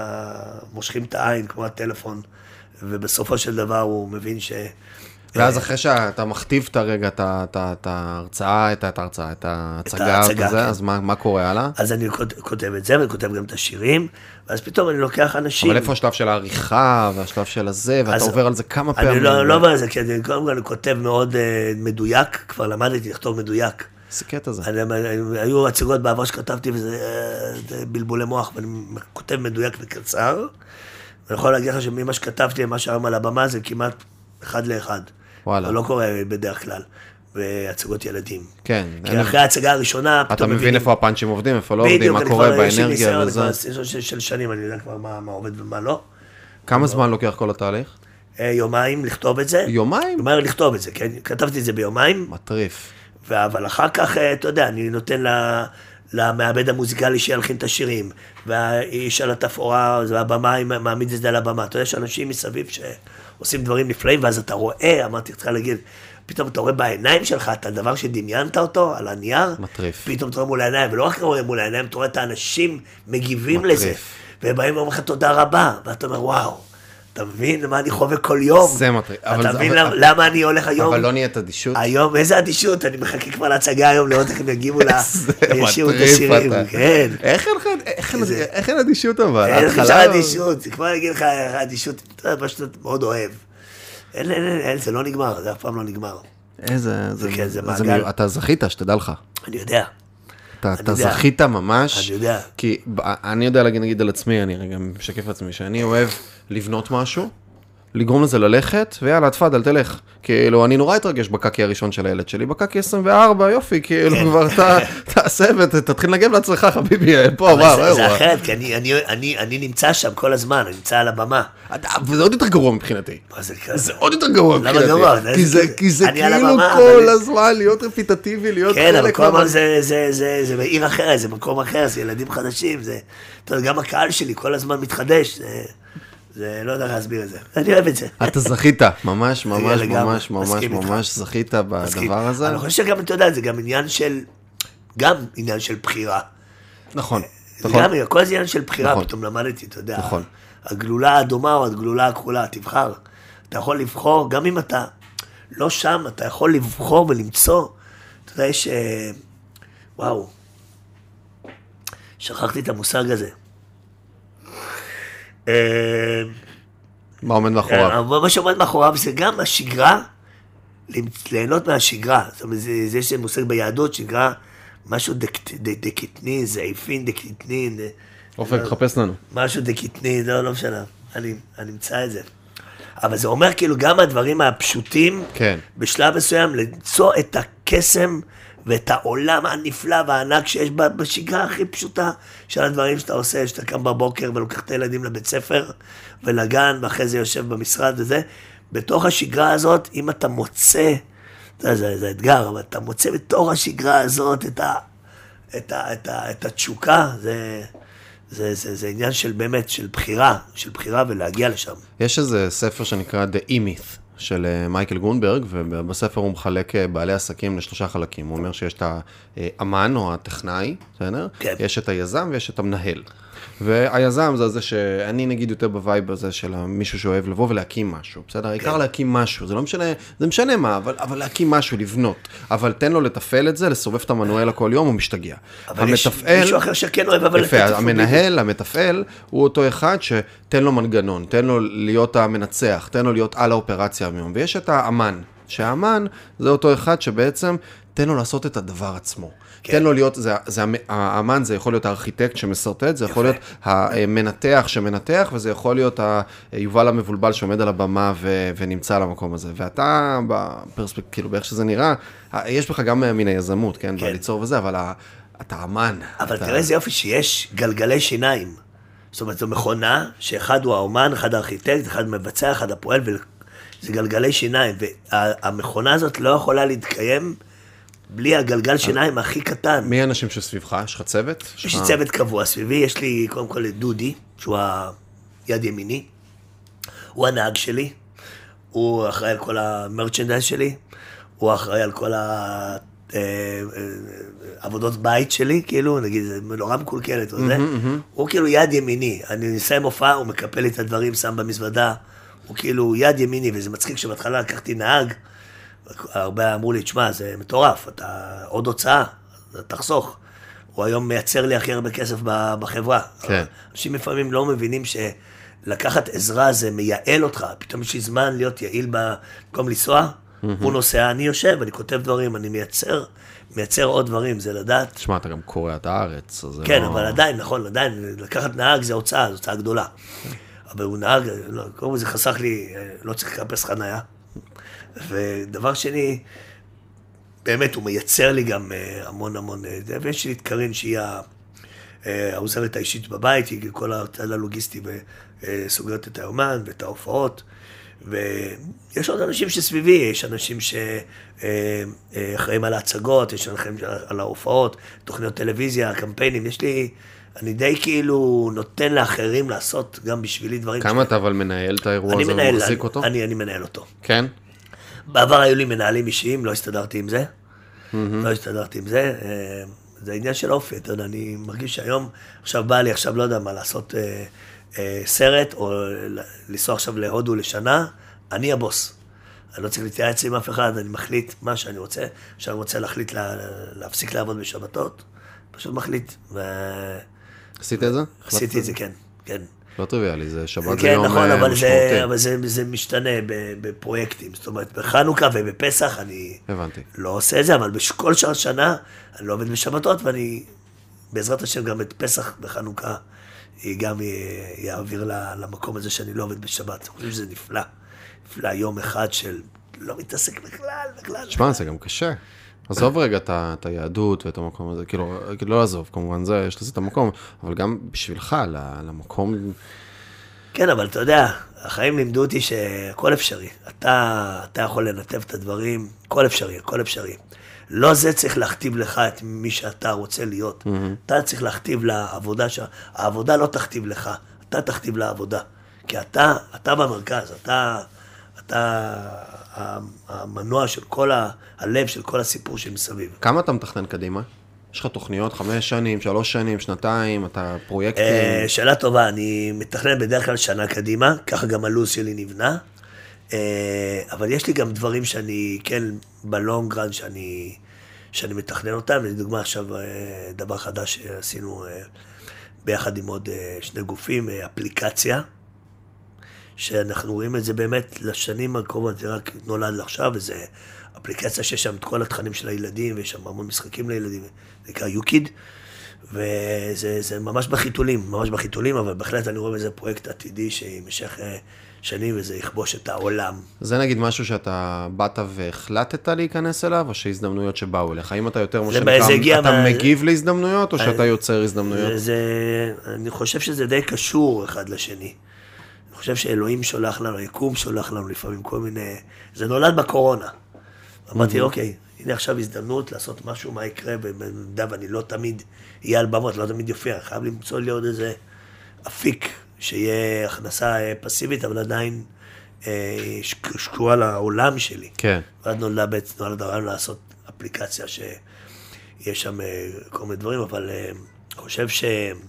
[SPEAKER 2] והמושכים את העין, כמו הטלפון, ובסופו של דבר הוא מבין ש...
[SPEAKER 1] ואז אחרי שאתה מכתיב את הרגע, את ה- את ה- את ההרצאה, את ההרצאה, את ההצגה,
[SPEAKER 2] ההצגה,
[SPEAKER 1] וזה,
[SPEAKER 2] כן.
[SPEAKER 1] אז מה מה קורה הלאה?
[SPEAKER 2] אז אני כותב את זה, ואני כותב גם את השירים, ואז פתאום אני לוקח אנשים...
[SPEAKER 1] אבל איפה השלב של העריכה, והשלב של הזה, ואתה
[SPEAKER 2] אז-
[SPEAKER 1] עובר על זה כמה פעמים?
[SPEAKER 2] אני לא, לא אומר על זה, כי אני, קודם כל אני כותב מאוד uh, מדויק, כבר למדתי לכתוב מדויק.
[SPEAKER 1] איזה קטע זה.
[SPEAKER 2] אני, אני, היו הצגות בעבר שכתבתי וזה uh, זה בלבולי מוח, ואני כותב מדויק וקצר, ואני יכול להגיד לך שממה שכתבתי, מה שהיום על הבמה זה כמעט אחד לאחד.
[SPEAKER 1] וואלה.
[SPEAKER 2] זה לא קורה בדרך כלל, בהצגות ילדים.
[SPEAKER 1] כן.
[SPEAKER 2] כי
[SPEAKER 1] אין-
[SPEAKER 2] אחרי ההצגה הראשונה,
[SPEAKER 1] אתה
[SPEAKER 2] פתאום
[SPEAKER 1] מבין
[SPEAKER 2] מבינים-
[SPEAKER 1] איפה הפאנצ'ים עובדים, איפה לא עובדים,
[SPEAKER 2] בדיוק,
[SPEAKER 1] מה
[SPEAKER 2] אני
[SPEAKER 1] קורה
[SPEAKER 2] כבר- יש לי
[SPEAKER 1] באנרגיה
[SPEAKER 2] ניסיון,
[SPEAKER 1] וזה.
[SPEAKER 2] כבר של- של- של שנים, אני יודע כבר מה מה עובד ומה לא.
[SPEAKER 1] כמה זמן לוקח כל התהליך?
[SPEAKER 2] אה, יומיים לכתוב את זה.
[SPEAKER 1] יומיים?
[SPEAKER 2] יומיים לכתוב את זה, כן? כתבתי את זה ביומיים,
[SPEAKER 1] מטריף.
[SPEAKER 2] ו- אבל אחר כך, אה, אתה יודע, אני נותן ל- למעבד המוזיקלי שילחין את השירים, והאיש על התפאורה, והבמה, מעמיד את זה על הבמה. אתה יודע, יש אנשים מסביב שעושים דברים נפלאים, ואז אתה רואה, אמרתי, צריך להגיד, פתאום אתה רואה בעיניים שלך את הדבר שדמיינת אותו על הנייר,
[SPEAKER 1] מטריף.
[SPEAKER 2] פתאום אתה רואה מול העיניים, ולא רק רואה מול העיניים, אתה רואה את האנשים מגיבים
[SPEAKER 1] מטריף.
[SPEAKER 2] לזה, והם באים ואומרים לך תודה רבה, ואתה אומר, וואו, אתה מבין מה אני חווה כל יום?
[SPEAKER 1] זה מטריף. אבל
[SPEAKER 2] אתה
[SPEAKER 1] זה-
[SPEAKER 2] מבין
[SPEAKER 1] אבל-
[SPEAKER 2] למה- למה אני הולך היום?
[SPEAKER 1] אבל לא נהיית אדישות?
[SPEAKER 2] היום, איזה אדישות, אני מחכה כבר להצגה היום, לראות איך הם יגיבו לה,
[SPEAKER 1] זה
[SPEAKER 2] וישירו את
[SPEAKER 1] מטריף
[SPEAKER 2] השירים,
[SPEAKER 1] אתה.
[SPEAKER 2] כן.
[SPEAKER 1] איך אין לך- איך אין-
[SPEAKER 2] זה-
[SPEAKER 1] איך אין אדישות אבל?
[SPEAKER 2] אין לך
[SPEAKER 1] ההתחלה-
[SPEAKER 2] אדישות, זה כמו להגיד לך אדישות, אתה יודע, מה שאתה מאוד אוהב. אין, אין, אין, אין, זה לא נגמר, זה אף פעם לא נגמר.
[SPEAKER 1] איזה... זה-
[SPEAKER 2] כן, זה
[SPEAKER 1] זה
[SPEAKER 2] מעגל.
[SPEAKER 1] מי- אתה זכית, שתדע לך.
[SPEAKER 2] אני יודע,
[SPEAKER 1] אתה,
[SPEAKER 2] אני
[SPEAKER 1] אתה
[SPEAKER 2] יודע.
[SPEAKER 1] זכית ממש,
[SPEAKER 2] אני יודע.
[SPEAKER 1] כי ב- אני יודע להגיד נגיד על עצמי, אני רגע משקף לעצמי, שאני אוהב לבנות משהו, לגרום לזה ללכת, ויאללה, תפדל, תלך. כאילו, אני נורא אתרגש בקקי הראשון של הילד שלי, בקקי עשרים וארבע, יופי, כאילו,
[SPEAKER 2] כן.
[SPEAKER 1] כבר אתה תעשה ותתחיל לנגב לעצמך, חביבי, פה,
[SPEAKER 2] אבל
[SPEAKER 1] וואו,
[SPEAKER 2] זה- זה
[SPEAKER 1] וואו.
[SPEAKER 2] אחרת, כי אני- אני- אני אני נמצא שם כל הזמן, אני נמצא על הבמה.
[SPEAKER 1] אתה- וזה עוד יותר גרוע מבחינתי.
[SPEAKER 2] מה זה כזה?
[SPEAKER 1] זה עוד יותר גרוע
[SPEAKER 2] למה
[SPEAKER 1] מבחינתי.
[SPEAKER 2] גרוע?
[SPEAKER 1] כי
[SPEAKER 2] זה-
[SPEAKER 1] זה- כי זה
[SPEAKER 2] אני על
[SPEAKER 1] כאילו
[SPEAKER 2] הבמה,
[SPEAKER 1] כל
[SPEAKER 2] אבל-
[SPEAKER 1] הזמן להיות רפיטטיבי, להיות
[SPEAKER 2] כן, אבל
[SPEAKER 1] חלק
[SPEAKER 2] כל הזמן
[SPEAKER 1] מה-
[SPEAKER 2] זה, זה, זה, זה בעיר אחרת, זה מקום אחר, זה ילדים חדשים, זה, אתה יודע, גם הקהל שלי כל הזמן מתחדש, זה, זה, לא יודע להסביר את זה, אני אוהב את זה.
[SPEAKER 1] אתה זכית, ממש, ממש,
[SPEAKER 2] לגמרי,
[SPEAKER 1] ממש, ממש,
[SPEAKER 2] מסכים איתך.
[SPEAKER 1] ממש זכית
[SPEAKER 2] מסכים.
[SPEAKER 1] בדבר הזה.
[SPEAKER 2] אני חושב שגם, אתה יודע, זה גם עניין של, גם עניין של בחירה.
[SPEAKER 1] נכון,
[SPEAKER 2] זה
[SPEAKER 1] נכון.
[SPEAKER 2] גם, כל זה עניין של בחירה,
[SPEAKER 1] נכון.
[SPEAKER 2] פתאום למדתי, אתה יודע.
[SPEAKER 1] נכון.
[SPEAKER 2] הגלולה האדומה או הגלולה הכחולה, תבחר. אתה יכול לבחור, גם אם אתה לא שם, אתה יכול לבחור ולמצוא. אתה יודע, יש... אה, וואו. שכחתי את המושג הזה. אה,
[SPEAKER 1] מה עומד מאחוריו?
[SPEAKER 2] אה, מה שעומד מאחוריו זה גם השגרה, ליהנות מהשגרה. זאת אומרת, זה, זה יש מושג ביהדות, שגרה, משהו דק- ד- דקטני, זעיפין דקטני, ד-
[SPEAKER 1] אופק, תחפש לנו.
[SPEAKER 2] משהו דקטני, לא, לא משנה, אני, אני אמצא את זה. אבל זה אומר כאילו גם הדברים הפשוטים,
[SPEAKER 1] כן.
[SPEAKER 2] בשלב מסוים למצוא את הקסם ואת העולם הנפלא והענק שיש ב- בשגרה הכי פשוטה של הדברים שאתה עושה, שאתה קם בבוקר ולוקח את הילדים לבית ספר ולגן, ואחרי זה יושב במשרד וזה. בתוך השגרה הזאת, אם אתה מוצא זה, זה, זה אתגר, אבל אתה מוצא בתור השגרה הזאת את, ה, את, ה, את, ה, את התשוקה, זה, זה, זה, זה עניין של באמת, של בחירה, של בחירה ולהגיע לשם.
[SPEAKER 1] יש איזה ספר שנקרא The E-Myth של מייקל גרונברג, ובספר הוא מחלק בעלי עסקים לשלושה חלקים. הוא אומר שיש את האמן או הטכנאי, בסדר?
[SPEAKER 2] כן.
[SPEAKER 1] יש את היזם ויש את המנהל. והיזם זה זה שאני נגיד יותר בווייב הזה של מישהו שאוהב לבוא ולהקים משהו, בסדר? העיקר להקים משהו, זה לא משנה, זה משנה מה, אבל, אבל להקים משהו, לבנות. אבל תן לו לתפעל את זה, לסובב את המנואל כל יום, הוא משתגע.
[SPEAKER 2] אבל המתפעל, יש מישהו אחר שכן אוהב, אבל...
[SPEAKER 1] יפה, המנהל, המתפעל, הוא אותו אחד שתן לו מנגנון, תן לו להיות המנצח, תן לו להיות על האופרציה היום. ויש את האמן, שהאמן זה אותו אחד שבעצם תן לו לעשות את הדבר עצמו. כן. תן לו להיות, זה, זה, האמן זה יכול להיות הארכיטקט שמסרטט, זה יכול להיות המנתח שמנתח, וזה יכול להיות היובל המבולבל שעומד על הבמה ו, ונמצא על המקום הזה. ואתה, בפרספקט, כאילו, באיך שזה נראה, יש בך גם מן היזמות, כן, כן. בליצור וזה, אבל אתה אמן.
[SPEAKER 2] אבל
[SPEAKER 1] אתה...
[SPEAKER 2] תראה איזה יופי שיש גלגלי שיניים. זאת אומרת, זו מכונה שאחד הוא האומן, אחד הארכיטקט, אחד מבצע, אחד הפועל, וזה גלגלי שיניים. והמכונה הזאת לא יכולה להתקיים בלי הגלגל שיניים הכי קטן.
[SPEAKER 1] מי האנשים שסביבך? יש לך צוות?
[SPEAKER 2] יש לי צוות קבוע סביבי, יש לי קודם כל את דודי, שהוא היד ימיני, הוא הנהג שלי, הוא אחראי על כל המרצ'נדייז שלי, הוא אחראי על כל העבודות בית שלי, כאילו, נגיד, זה נורא מקולקלת, או זה, הוא כאילו יד ימיני, אני נסיים הופעה, הוא מקפל לי את הדברים, שם במזוודה, הוא כאילו יד ימיני, וזה מצחיק שבהתחלה לקחתי נהג, הרבה אמרו לי, תשמע, זה מטורף, אתה עוד הוצאה, תחסוך. הוא היום מייצר לי הכי הרבה כסף בחברה.
[SPEAKER 1] כן.
[SPEAKER 2] אנשים לפעמים לא מבינים שלקחת עזרה זה מייעל אותך, פתאום יש לי זמן להיות יעיל במקום לנסוע, הוא נוסע, אני יושב, אני כותב דברים, אני מייצר, מייצר עוד דברים, זה לדעת.
[SPEAKER 1] תשמע, אתה גם קורא את הארץ.
[SPEAKER 2] כן, אבל עדיין, נכון, עדיין, לקחת נהג זה הוצאה, זו הוצאה גדולה. אבל הוא נהג, קודם כל זה חסך לי, לא צריך לחפש חניה. ודבר שני, באמת הוא מייצר לי גם המון המון, ויש לי את קרין שהיא העוזרת האישית בבית, היא כל הצד הלוגיסטי וסוגרת את היומן ואת ההופעות, ויש עוד אנשים שסביבי, יש אנשים שאחראים על ההצגות, יש אנשים על ההופעות, תוכניות טלוויזיה, קמפיינים, יש לי, אני די כאילו נותן לאחרים לעשות גם בשבילי דברים.
[SPEAKER 1] כמה אתה אבל מנהל את האירוע הזה ומחזיק אותו?
[SPEAKER 2] אני מנהל אותו.
[SPEAKER 1] כן?
[SPEAKER 2] בעבר היו לי מנהלים אישיים, לא הסתדרתי עם זה. לא הסתדרתי עם זה. זה עניין של אופי, אתה יודע, אני מרגיש שהיום, עכשיו בא לי, עכשיו לא יודע מה, לעשות סרט, או לנסוע עכשיו להודו לשנה, אני הבוס. אני לא צריך להתייעץ עם אף אחד, אני מחליט מה שאני רוצה. עכשיו אני רוצה להחליט להפסיק לעבוד בשבתות, פשוט מחליט.
[SPEAKER 1] עשית את זה?
[SPEAKER 2] עשיתי את זה, כן, כן.
[SPEAKER 1] לא טריוויאלי, זה שבת
[SPEAKER 2] כן,
[SPEAKER 1] זה יום
[SPEAKER 2] נכון, אבל
[SPEAKER 1] משמעותי.
[SPEAKER 2] זה, אבל זה, זה משתנה בפרויקטים. זאת אומרת, בחנוכה ובפסח אני
[SPEAKER 1] הבנתי.
[SPEAKER 2] לא עושה את זה, אבל בכל שעה שנה אני לא עובד בשבתות, ואני בעזרת השם גם את פסח בחנוכה, היא גם יעביר למקום הזה שאני לא עובד בשבת. אני חושב שזה נפלא. נפלא יום אחד של לא מתעסק בכלל, בכלל.
[SPEAKER 1] תשמע, זה גם קשה. עזוב רגע את היהדות ואת המקום הזה, כאילו, לא לעזוב, כמובן זה, יש לזה את המקום, אבל גם בשבילך, למקום...
[SPEAKER 2] כן, אבל אתה יודע, החיים לימדו אותי שהכל אפשרי. אתה, אתה יכול לנתב את הדברים, הכל אפשרי, הכל אפשרי. לא זה צריך להכתיב לך את מי שאתה רוצה להיות. אתה צריך להכתיב לעבודה, העבודה לא תכתיב לך, אתה תכתיב לעבודה. כי אתה, אתה במרכז, אתה... אתה המנוע של כל הלב של כל הסיפור שמסביב.
[SPEAKER 1] כמה אתה מתכנן קדימה? יש לך תוכניות חמש שנים, שלוש שנים, שנתיים, אתה פרויקטים?
[SPEAKER 2] שאלה טובה, אני מתכנן בדרך כלל שנה קדימה, ככה גם הלו"ז שלי נבנה, אבל יש לי גם דברים שאני, כן, בלונג רן שאני, שאני מתכנן אותם, לדוגמה עכשיו דבר חדש שעשינו ביחד עם עוד שני גופים, אפליקציה, שאנחנו רואים את זה באמת לשנים הקרובות, זה רק נולד עכשיו, וזו אפליקציה שיש שם את כל התכנים של הילדים, ויש שם המון משחקים לילדים, זה נקרא יוקיד, וזה ממש בחיתולים, ממש בחיתולים, אבל בהחלט אני רואה בזה פרויקט עתידי שימשך שנים, וזה יכבוש את העולם.
[SPEAKER 1] זה נגיד משהו שאתה באת והחלטת להיכנס אליו, או שהזדמנויות שבאו אליך? האם אתה יותר משהו נקרא, אתה מגיב להזדמנויות, או שאתה יוצר הזדמנויות?
[SPEAKER 2] אני חושב שזה די קשור אחד לשני. אני חושב שאלוהים שולח לנו, יקום שולח לנו לפעמים כל מיני... זה נולד בקורונה. אמרתי, אוקיי, הנה עכשיו הזדמנות לעשות משהו, מה יקרה, במידה ואני לא תמיד אהיה על במות, לא תמיד יופיע, חייב למצוא לי עוד איזה אפיק, שיהיה הכנסה פסיבית, אבל עדיין שקועה לעולם שלי.
[SPEAKER 1] כן.
[SPEAKER 2] ואז נולדה בעצם, נולד הרעיון לעשות אפליקציה שיש שם כל מיני דברים, אבל אני חושב ש...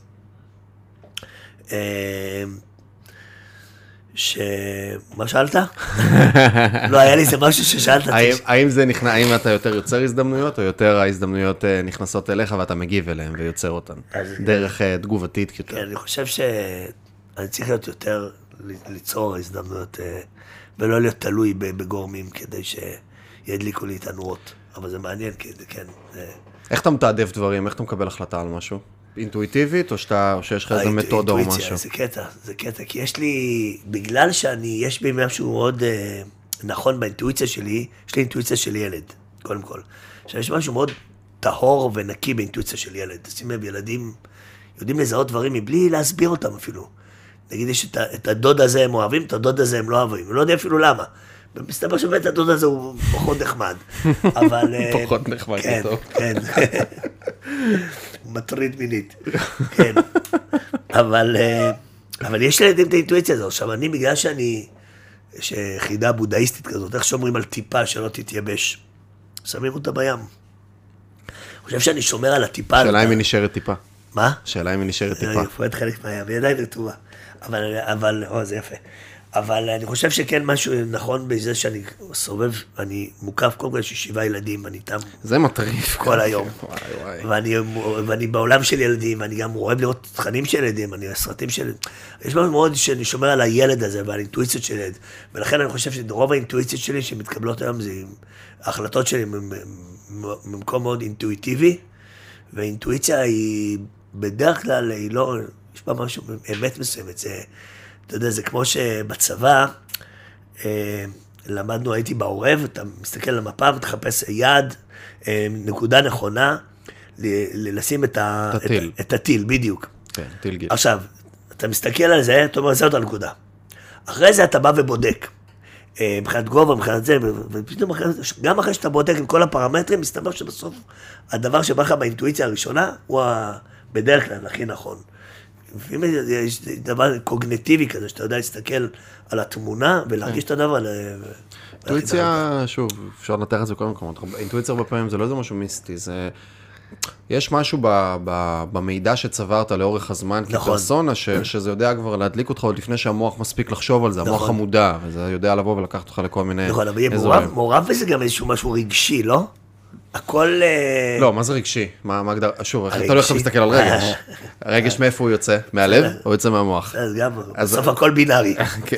[SPEAKER 2] ש... מה שאלת? לא, היה לי איזה משהו ששאלת.
[SPEAKER 1] האם זה נכנס, האם אתה יותר יוצר הזדמנויות, או יותר ההזדמנויות נכנסות אליך ואתה מגיב אליהן ויוצר אותן? דרך תגובתית יותר.
[SPEAKER 2] כן, אני חושב שאני צריך להיות יותר ליצור הזדמנויות, ולא להיות תלוי בגורמים כדי שידליקו לי את הנורות. אבל זה מעניין, כן.
[SPEAKER 1] איך אתה מתעדף דברים? איך אתה מקבל החלטה על משהו? אינטואיטיבית, או, שאתה, או שיש לך איזה מתודה או משהו?
[SPEAKER 2] זה קטע, זה קטע, כי יש לי, בגלל שאני, יש בי משהו מאוד אה, נכון באינטואיציה שלי, יש לי אינטואיציה של ילד, קודם כל. עכשיו, יש משהו מאוד טהור ונקי באינטואיציה של ילד. תשים לב, ילדים יודעים לזהות דברים מבלי להסביר אותם אפילו. נגיד, יש את, את הדוד הזה הם אוהבים, את הדוד הזה הם לא אוהבים, אני לא יודע אפילו למה. ומסתבר שבאמת הדוד הזה הוא פחות נחמד, אבל...
[SPEAKER 1] פחות נחמד,
[SPEAKER 2] כן,
[SPEAKER 1] טוב.
[SPEAKER 2] כן, הוא מטריד מינית, כן. אבל, אבל יש לילדים את האינטואיציה הזו. עכשיו, אני, בגלל שאני, יש יחידה בודהיסטית כזאת, איך שומרים על טיפה שלא תתייבש, שמים אותה בים. אני חושב שאני שומר על הטיפה...
[SPEAKER 1] שאלה אם היא נשארת טיפה.
[SPEAKER 2] מה?
[SPEAKER 1] שאלה אם היא נשארת טיפה.
[SPEAKER 2] היא פועלת חלק מהים, היא עדיין רטובה. אבל, אבל, או, זה יפה. אבל אני חושב שכן משהו נכון בזה שאני סובב, אני מוקף קודם כל, יש לי שבעה ילדים, אני איתם...
[SPEAKER 1] זה מטריף.
[SPEAKER 2] כל היום.
[SPEAKER 1] וואי, וואי.
[SPEAKER 2] ואני, ואני בעולם של ילדים, ואני גם אוהב לראות תכנים של ילדים, אני סרטים של... יש משהו מאוד שאני שומר על הילד הזה ועל האינטואיציות של ילד. ולכן אני חושב שרוב האינטואיציות שלי שמתקבלות היום, זה ההחלטות שלי ממקום מאוד אינטואיטיבי, והאינטואיציה היא בדרך כלל, היא לא... יש בה משהו אמת מסוימת, זה... אתה יודע, זה כמו שבצבא, אה, למדנו, הייתי בעורב, אתה מסתכל על המפה, תחפש יעד, אה, נקודה נכונה, ל- לשים את, ה-
[SPEAKER 1] את הטיל.
[SPEAKER 2] את, את הטיל, בדיוק.
[SPEAKER 1] כן, טיל גיל.
[SPEAKER 2] עכשיו, אתה מסתכל על זה, אתה אומר, זה אותה נקודה. אחרי זה אתה בא ובודק, אה, מבחינת גובה, מבחינת זה, ופתאום אחרי, גם אחרי שאתה בודק עם כל הפרמטרים, מסתבר שבסוף הדבר שבא לך באינטואיציה הראשונה, הוא ה- בדרך כלל הכי נכון. לפעמים יש דבר קוגניטיבי כזה, שאתה יודע להסתכל על התמונה ולהרגיש את הדבר.
[SPEAKER 1] אינטואיציה, שוב, אפשר לנתח את זה בכל מקומות. אינטואיציה הרבה פעמים זה לא איזה משהו מיסטי, זה... יש משהו ב, ב, במידע שצברת לאורך הזמן, נכון. כפרסונה, ש, שזה יודע כבר להדליק אותך עוד לפני שהמוח מספיק לחשוב על זה, נכון. המוח המודע, וזה יודע לבוא ולקחת אותך לכל מיני...
[SPEAKER 2] נכון, אבל יהיה מעורב, מעורב בזה גם איזשהו משהו רגשי, לא? הכל...
[SPEAKER 1] לא, מה זה רגשי? מה, מה הגדר... שוב, אתה לא יכול להסתכל על רגש. הרגש מאיפה הוא יוצא? מהלב או יוצא מהמוח?
[SPEAKER 2] אז גם, בסוף הכל בינארי.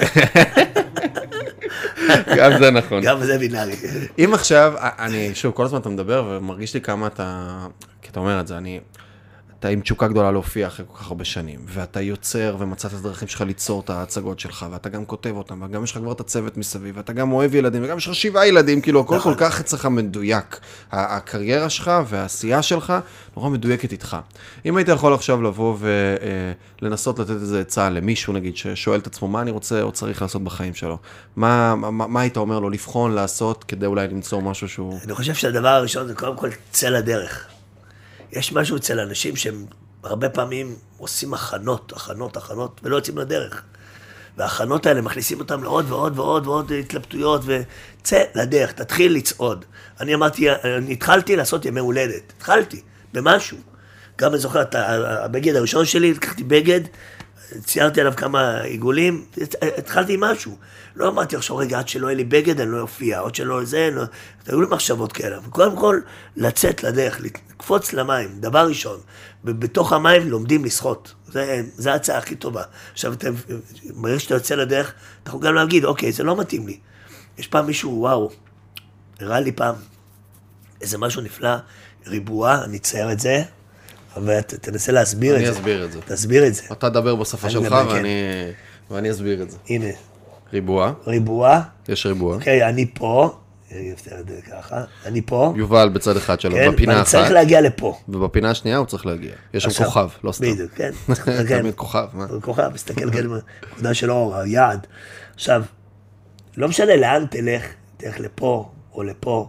[SPEAKER 1] גם זה נכון.
[SPEAKER 2] גם זה בינארי.
[SPEAKER 1] אם עכשיו, אני, שוב, כל הזמן אתה מדבר ומרגיש לי כמה אתה, כי אתה אומר את זה, אני, אתה עם תשוקה גדולה להופיע אחרי כל כך הרבה שנים, ואתה יוצר ומצאת את הדרכים שלך ליצור את ההצגות שלך, ואתה גם כותב אותם, וגם יש לך כבר את הצוות מסביב, ואתה גם אוהב ילדים, וגם יש לך שבעה ילדים, כאילו, הכל כל כך אצלך מדויק. הקריירה שלך והעשייה שלך נורא מדויקת איתך. אם היית יכול עכשיו לבוא ולנסות לתת איזה עצה למישהו, נגיד, ששואל את עצמו, מה אני רוצה או צריך לעשות בחיים שלו? מה, מה, מה היית אומר לו לבחון, לעשות, כדי אולי למצוא משהו שהוא...
[SPEAKER 2] אני חושב שהדבר הראשון זה קודם כל צא לדרך. יש משהו אצל אנשים שהם הרבה פעמים עושים הכנות, הכנות, הכנות, ולא יוצאים לדרך. וההכנות האלה מכניסים אותם לעוד ועוד ועוד ועוד התלבטויות, וצא לדרך, תתחיל לצעוד. אני אמרתי, אני התחלתי לעשות ימי הולדת, התחלתי במשהו. גם אני זוכר, הבגד הראשון שלי, לקחתי בגד, ציירתי עליו כמה עיגולים, התחלתי עם משהו. לא אמרתי עכשיו, רגע, עד שלא יהיה לי בגד, אני לא אופיע, עוד שלא זה, לא... היו לי מחשבות כאלה. וקודם כל, לצאת לדרך, לקפוץ למים, דבר ראשון. ובתוך המים לומדים לשחות. זה, זה ההצעה הכי טובה. עכשיו, אתם, ברגע שאתה יוצא לדרך, אתה יכול גם להגיד, אוקיי, זה לא מתאים לי. יש פעם מישהו, וואו, הראה לי פעם איזה משהו נפלא, ריבוע, אני אצייר את זה, ותנסה להסביר את זה.
[SPEAKER 1] אני אסביר את זה.
[SPEAKER 2] תסביר את זה.
[SPEAKER 1] אתה דבר בשפה שלך ואני אסביר את זה.
[SPEAKER 2] הנה.
[SPEAKER 1] ריבוע.
[SPEAKER 2] ריבוע.
[SPEAKER 1] יש ריבוע.
[SPEAKER 2] אוקיי, אני פה. ככה. אני פה.
[SPEAKER 1] יובל בצד אחד שלו, בפינה אחת.
[SPEAKER 2] צריך להגיע לפה.
[SPEAKER 1] ובפינה השנייה הוא צריך להגיע. יש שם כוכב, לא סתם.
[SPEAKER 2] בדיוק, כן.
[SPEAKER 1] תמיד כוכב, מה?
[SPEAKER 2] כוכב, מסתכל כאן בנקודה של אור, היעד. עכשיו, לא משנה לאן תלך, תלך לפה, או לפה,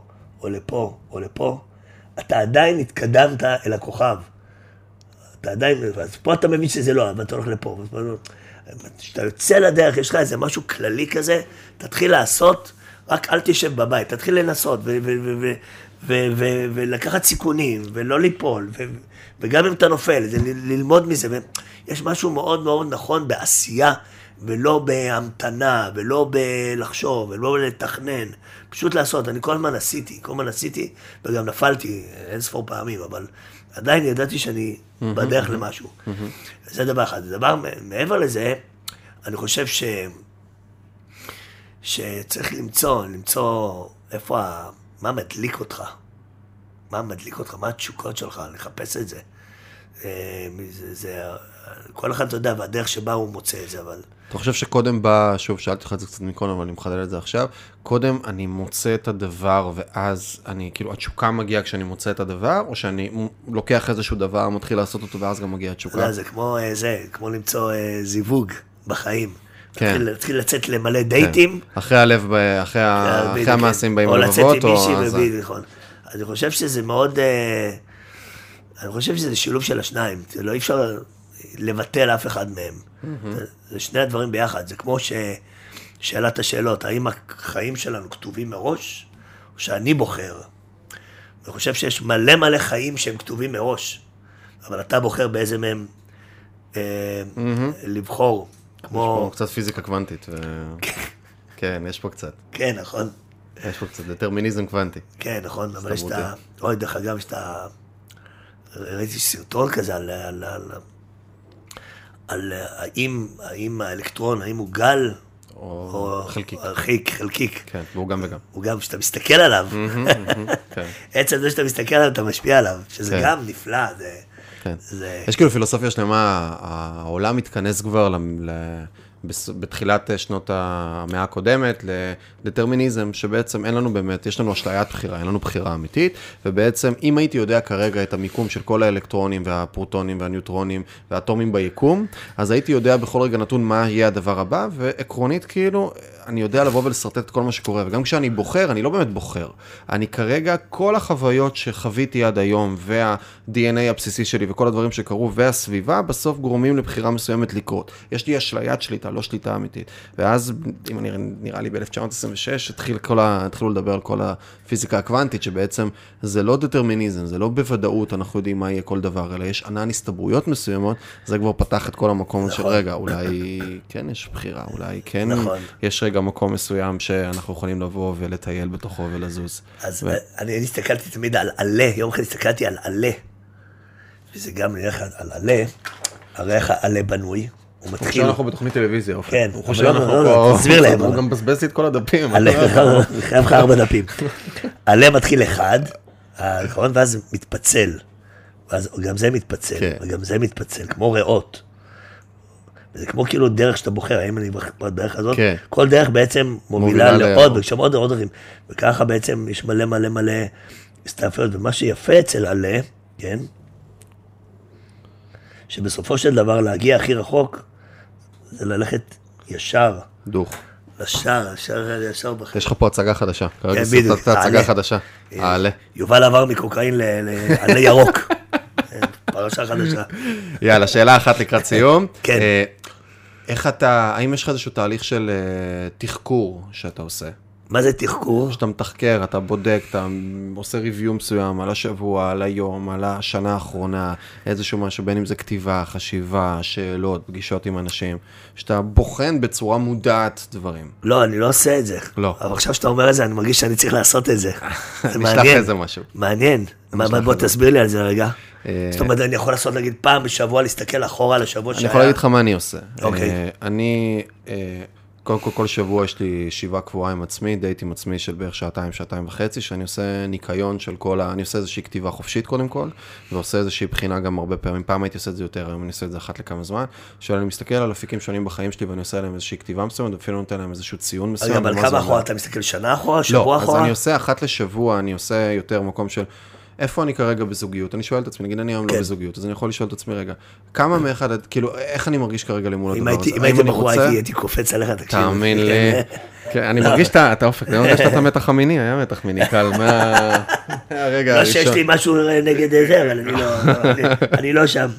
[SPEAKER 2] או לפה, או לפה, אתה עדיין התקדמת אל הכוכב. אתה עדיין, אז פה אתה מבין שזה לא, אבל אתה הולך לפה. כשאתה יוצא לדרך, יש לך איזה משהו כללי כזה, תתחיל לעשות, רק אל תשב בבית, תתחיל לנסות, ולקחת סיכונים, ולא ליפול, וגם אם אתה נופל, זה ללמוד מזה, ויש משהו מאוד מאוד נכון בעשייה, ולא בהמתנה, ולא בלחשוב, ולא לתכנן, פשוט לעשות. אני כל הזמן עשיתי, כל הזמן עשיתי, וגם נפלתי אין ספור פעמים, אבל עדיין ידעתי שאני בדרך למשהו. זה דבר אחד. דבר מעבר לזה, אני חושב ש... שצריך למצוא, למצוא איפה, ה... מה מדליק אותך, מה מדליק אותך, מה התשוקות שלך, לחפש את זה. זה, זה, כל אחד אתה יודע, והדרך שבה הוא מוצא את זה, אבל...
[SPEAKER 1] אתה חושב שקודם בא, שוב, שאלתי לך את זה קצת מקודם, אבל אני מחדד את זה עכשיו, קודם אני מוצא את הדבר, ואז אני, כאילו, התשוקה מגיעה כשאני מוצא את הדבר, או שאני לוקח איזשהו דבר, מתחיל לעשות אותו, ואז גם מגיע התשוקה?
[SPEAKER 2] לא, זה כמו זה, כמו למצוא זיווג בחיים.
[SPEAKER 1] כן.
[SPEAKER 2] להתחיל לצאת למלא דייטים.
[SPEAKER 1] כן. אחרי הלב, אחרי, אחרי המעשים באים לבבות,
[SPEAKER 2] או לצאת עם מישהי וביד, נכון. אז אני חושב שזה מאוד, אני חושב שזה שילוב של השניים, זה לא אי אפשר לבטל אף אחד מהם. זה שני הדברים ביחד, זה כמו ששאלת השאלות, האם החיים שלנו כתובים מראש, או שאני בוחר. אני חושב שיש מלא מלא חיים שהם כתובים מראש, אבל אתה בוחר באיזה מהם לבחור. כמו...
[SPEAKER 1] יש פה קצת פיזיקה קוונטית. כן, יש פה קצת.
[SPEAKER 2] כן, נכון.
[SPEAKER 1] יש פה קצת דטרמיניזם קוונטי.
[SPEAKER 2] כן, נכון, אבל יש את ה... אוי, דרך אגב, יש את ה... ראיתי סרטון כזה על... על... על... על האם, האם האלקטרון, האם הוא גל...
[SPEAKER 1] או חלקיק.
[SPEAKER 2] חלקיק, חלקיק.
[SPEAKER 1] כן, והוא גם וגם.
[SPEAKER 2] הוא גם, כשאתה מסתכל עליו. עצם זה שאתה מסתכל עליו, אתה משפיע עליו. שזה גם נפלא, זה...
[SPEAKER 1] כן. יש כאילו פילוסופיה שלמה, העולם מתכנס כבר בתחילת שנות המאה הקודמת לדטרמיניזם, שבעצם אין לנו באמת, יש לנו אשליית בחירה, אין לנו בחירה אמיתית, ובעצם אם הייתי יודע כרגע את המיקום של כל האלקטרונים והפרוטונים והניוטרונים והאטומים ביקום, אז הייתי יודע בכל רגע נתון מה יהיה הדבר הבא, ועקרונית כאילו אני יודע לבוא ולסרטט את כל מה שקורה, וגם כשאני בוחר, אני לא באמת בוחר. אני כרגע, כל החוויות שחוויתי עד היום, וה-די אן איי הבסיסי שלי, וכל הדברים שקרו, והסביבה, בסוף גורמים לבחירה מסוימת לקרות. יש לי אשליית שליטה, לא שליטה אמיתית. ואז, אם אני נראה לי ב-אלף תשע מאות עשרים ושש, התחיל כל ה... התחילו לדבר על כל הפיזיקה הקוונטית, שבעצם זה לא דטרמיניזם, זה לא בוודאות, אנחנו יודעים מה יהיה כל דבר, אלא יש ענן הסתברויות מסוימות, זה כבר פתח את כל המקום של רגע, אולי כן יש בחירה, אולי כן יש רגע מקום מסוים שאנחנו יכולים לבוא ולטייל בתוכו ולזוז.
[SPEAKER 2] אז אני הסתכלתי תמיד על עלה, יום אחד הסתכלתי על עלה, וזה גם נראה על עלה, הרי איך העלה בנוי, הוא מתחיל...
[SPEAKER 1] עכשיו אנחנו בתוכנית טלוויזיה, אופן.
[SPEAKER 2] כן,
[SPEAKER 1] הוא חושב אנחנו פה...
[SPEAKER 2] תסביר להם.
[SPEAKER 1] הוא גם בסבס לי את כל הדפים.
[SPEAKER 2] עלה, חייב לך ארבע דפים. עלה מתחיל אחד, ואז מתפצל, ואז גם זה מתפצל, וגם זה מתפצל, כמו ריאות. זה כמו כאילו דרך שאתה בוחר, האם אני בדרך הזאת, כל דרך בעצם מובילה לעוד, וכשם עוד עוד דרכים, וככה בעצם יש מלא מלא מלא הסתעפויות, ומה שיפה אצל עלה, כן, שבסופו של דבר להגיע הכי רחוק, זה ללכת ישר.
[SPEAKER 1] דוך.
[SPEAKER 2] ישר, ישר, ישר בחר.
[SPEAKER 1] יש לך פה הצגה חדשה, כרגע סרטת הצגה חדשה, העלה.
[SPEAKER 2] יובל עבר מקוקאין לעלה ירוק. פרשה חדשה.
[SPEAKER 1] יאללה, שאלה אחת לקראת סיום.
[SPEAKER 2] כן.
[SPEAKER 1] איך אתה, האם יש לך איזשהו תהליך של תחקור שאתה עושה?
[SPEAKER 2] מה זה תחקור?
[SPEAKER 1] שאתה מתחקר, אתה בודק, אתה עושה ריוויו מסוים על השבוע, על היום, על השנה האחרונה, איזשהו משהו, בין אם זה כתיבה, חשיבה, שאלות, פגישות עם אנשים, שאתה בוחן בצורה מודעת דברים.
[SPEAKER 2] לא, אני לא עושה את זה.
[SPEAKER 1] לא.
[SPEAKER 2] אבל עכשיו שאתה אומר את זה, אני מרגיש שאני צריך לעשות את זה. זה מעניין.
[SPEAKER 1] נשלח איזה משהו.
[SPEAKER 2] מעניין. בוא תסביר לי על זה רגע. זאת אומרת, אני יכול לעשות, נגיד, פעם בשבוע להסתכל אחורה על השבוע שהיה.
[SPEAKER 1] אני יכול להגיד לך מה אני עושה.
[SPEAKER 2] אוקיי.
[SPEAKER 1] אני... כל, כל, כל שבוע יש לי שבעה קבועה עם עצמי, דייט עם עצמי של בערך שעתיים, שעתיים וחצי, שאני עושה ניקיון של כל ה... אני עושה איזושהי כתיבה חופשית קודם כל, ועושה איזושהי בחינה גם הרבה פעמים. פעם הייתי עושה את זה יותר, היום אני עושה את זה אחת לכמה זמן, שאני מסתכל על אפיקים שונים בחיים שלי, ואני עושה להם איזושהי כתיבה מסוימת, ואפילו נותן להם איזשהו ציון מסוים.
[SPEAKER 2] אבל כמה אחורה? אתה מסתכל שנה אחורה, שבוע אחורה?
[SPEAKER 1] לא, אז אני עושה אחת לשבוע, אני עושה יותר מקום של... איפה אני כרגע בזוגיות? אני שואל את עצמי, נגיד אני היום לא בזוגיות, אז אני יכול לשאול את עצמי רגע, כמה מאחד, כאילו, איך אני מרגיש כרגע למול הדבר הזה?
[SPEAKER 2] אם הייתי בחורה, הייתי קופץ עליך, תקשיב.
[SPEAKER 1] תאמין לי, כן, אני מרגיש את האופק, אני מרגיש את המתח המיני, היה מתח מיני קל, מהרגע
[SPEAKER 2] הראשון. לא שיש לי משהו נגד זה, אבל אני לא שם.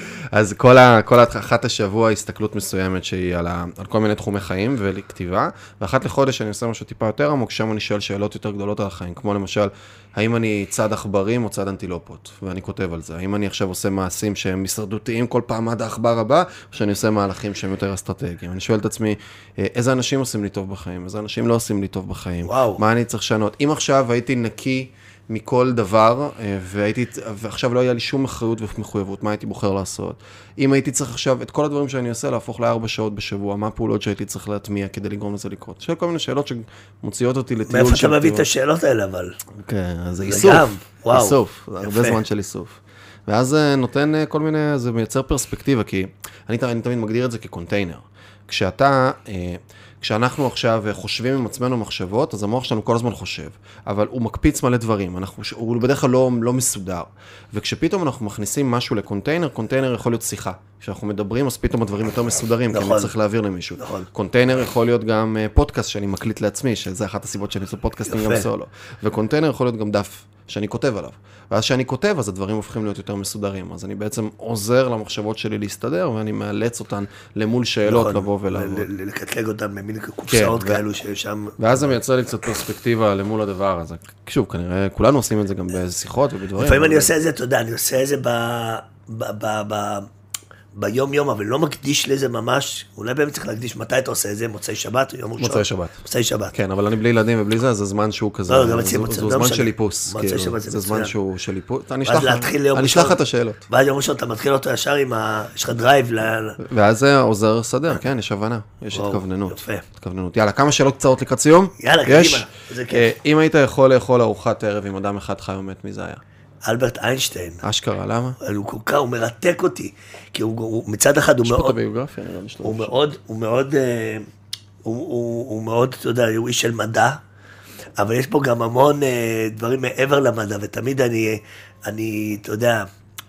[SPEAKER 1] אז כל אחת השבוע הסתכלות מסוימת שהיא על כל מיני תחומי חיים ולכתיבה, ואחת לחודש אני עושה משהו טיפה יותר עמוק, שם אני שואל שאלות יותר גדולות על החיים, כמו למשל, האם אני צד עכברים או צד אנטילופות, ואני כותב על זה, האם אני עכשיו עושה מעשים שהם הישרדותיים כל פעם עד העכבר הבא, או שאני עושה מהלכים שהם יותר אסטרטגיים. אני שואל את עצמי, איזה אנשים עושים לי טוב בחיים, איזה אנשים לא עושים לי טוב בחיים,
[SPEAKER 2] וואו.
[SPEAKER 1] מה אני צריך לשנות? אם עכשיו הייתי נקי מכל דבר, והייתי, ועכשיו לא היה לי שום אחריות ומחויבות, מה הייתי בוחר לעשות? אם הייתי צריך עכשיו את כל הדברים שאני עושה, להפוך לארבע שעות בשבוע, מה הפעולות שהייתי צריך להטמיע כדי לגרום לזה לקרות? יש כל מיני שאלות שמוציאות אותי לטיול של...
[SPEAKER 2] מאיפה אתה מביא את השאלות האלה, אבל?
[SPEAKER 1] כן, אז זה איסוף, איסוף, הרבה זמן של איסוף. ואז זה נותן כל מיני, זה מייצר פרספקטיבה, כי אני תמיד מגדיר את זה כקונטיינר. כשאתה... כשאנחנו עכשיו חושבים עם עצמנו מחשבות, אז המוח שלנו כל הזמן חושב, אבל הוא מקפיץ מלא דברים, אנחנו, הוא בדרך כלל לא, לא מסודר. וכשפתאום אנחנו מכניסים משהו לקונטיינר, קונטיינר יכול להיות שיחה. כשאנחנו מדברים, אז פתאום הדברים יותר מסודרים, נכון. כי אני צריך להעביר למישהו.
[SPEAKER 2] נכון.
[SPEAKER 1] קונטיינר יכול להיות גם פודקאסט שאני מקליט לעצמי, שזה אחת הסיבות שאני עושה פודקאסטים גם סולו. וקונטיינר יכול להיות גם דף שאני כותב עליו. ואז שאני כותב, אז הדברים הופכים להיות יותר מסודרים. אז אני בעצם עוזר למחשבות שלי להסתדר, ואני מאלץ אותן למול שאלות
[SPEAKER 2] נכון,
[SPEAKER 1] לבוא ולעבוד.
[SPEAKER 2] לקטלג אותן במין קופסאות כן, כאלו ששם...
[SPEAKER 1] ואז זה מייצר לי קצת פרספקטיבה למול הדבר הזה. שוב, כנראה כולנו עושים את זה גם בשיחות ובדברים.
[SPEAKER 2] לפעמים אני עושה את זה, אתה יודע, אני עושה את זה ב... ב... ב... ב... ביום יום, אבל לא מקדיש לזה ממש, אולי באמת צריך להקדיש מתי אתה עושה את זה, מוצאי שבת או יום ראשון?
[SPEAKER 1] מוצאי שבת.
[SPEAKER 2] מוצאי שבת.
[SPEAKER 1] כן, אבל אני בלי ילדים ובלי זה, זה זמן שהוא כזה,
[SPEAKER 2] לא, גם אצלי מוצאי,
[SPEAKER 1] זה זמן של איפוס.
[SPEAKER 2] מוצאי שבת זה
[SPEAKER 1] זה זמן שהוא של איפוס. אני
[SPEAKER 2] אשלח
[SPEAKER 1] את השאלות.
[SPEAKER 2] ואז יום ראשון אתה מתחיל אותו ישר עם ה... יש לך דרייב ל...
[SPEAKER 1] ואז זה עוזר סדר, כן, יש הבנה, יש התכווננות.
[SPEAKER 2] יפה.
[SPEAKER 1] התכווננות. יאללה, כמה שאלות קצרות לקראת סיום?
[SPEAKER 2] יאללה, קדימה. איזה כיף.
[SPEAKER 1] אם היית יכול לאכול ארוחת ערב עם אדם אחד חי ומת, מי זה היה?
[SPEAKER 2] אלברט איינשטיין.
[SPEAKER 1] אשכרה, למה?
[SPEAKER 2] הוא כל כך, הוא מרתק אותי, כי הוא, הוא מצד אחד הוא מאוד...
[SPEAKER 1] יש פה את הביוגרפיה, נראה לי.
[SPEAKER 2] הוא מאוד, הוא מאוד, הוא, הוא, הוא מאוד, אתה יודע, הוא איש של מדע, אבל יש פה גם המון דברים מעבר למדע, ותמיד אני, אני, אתה יודע,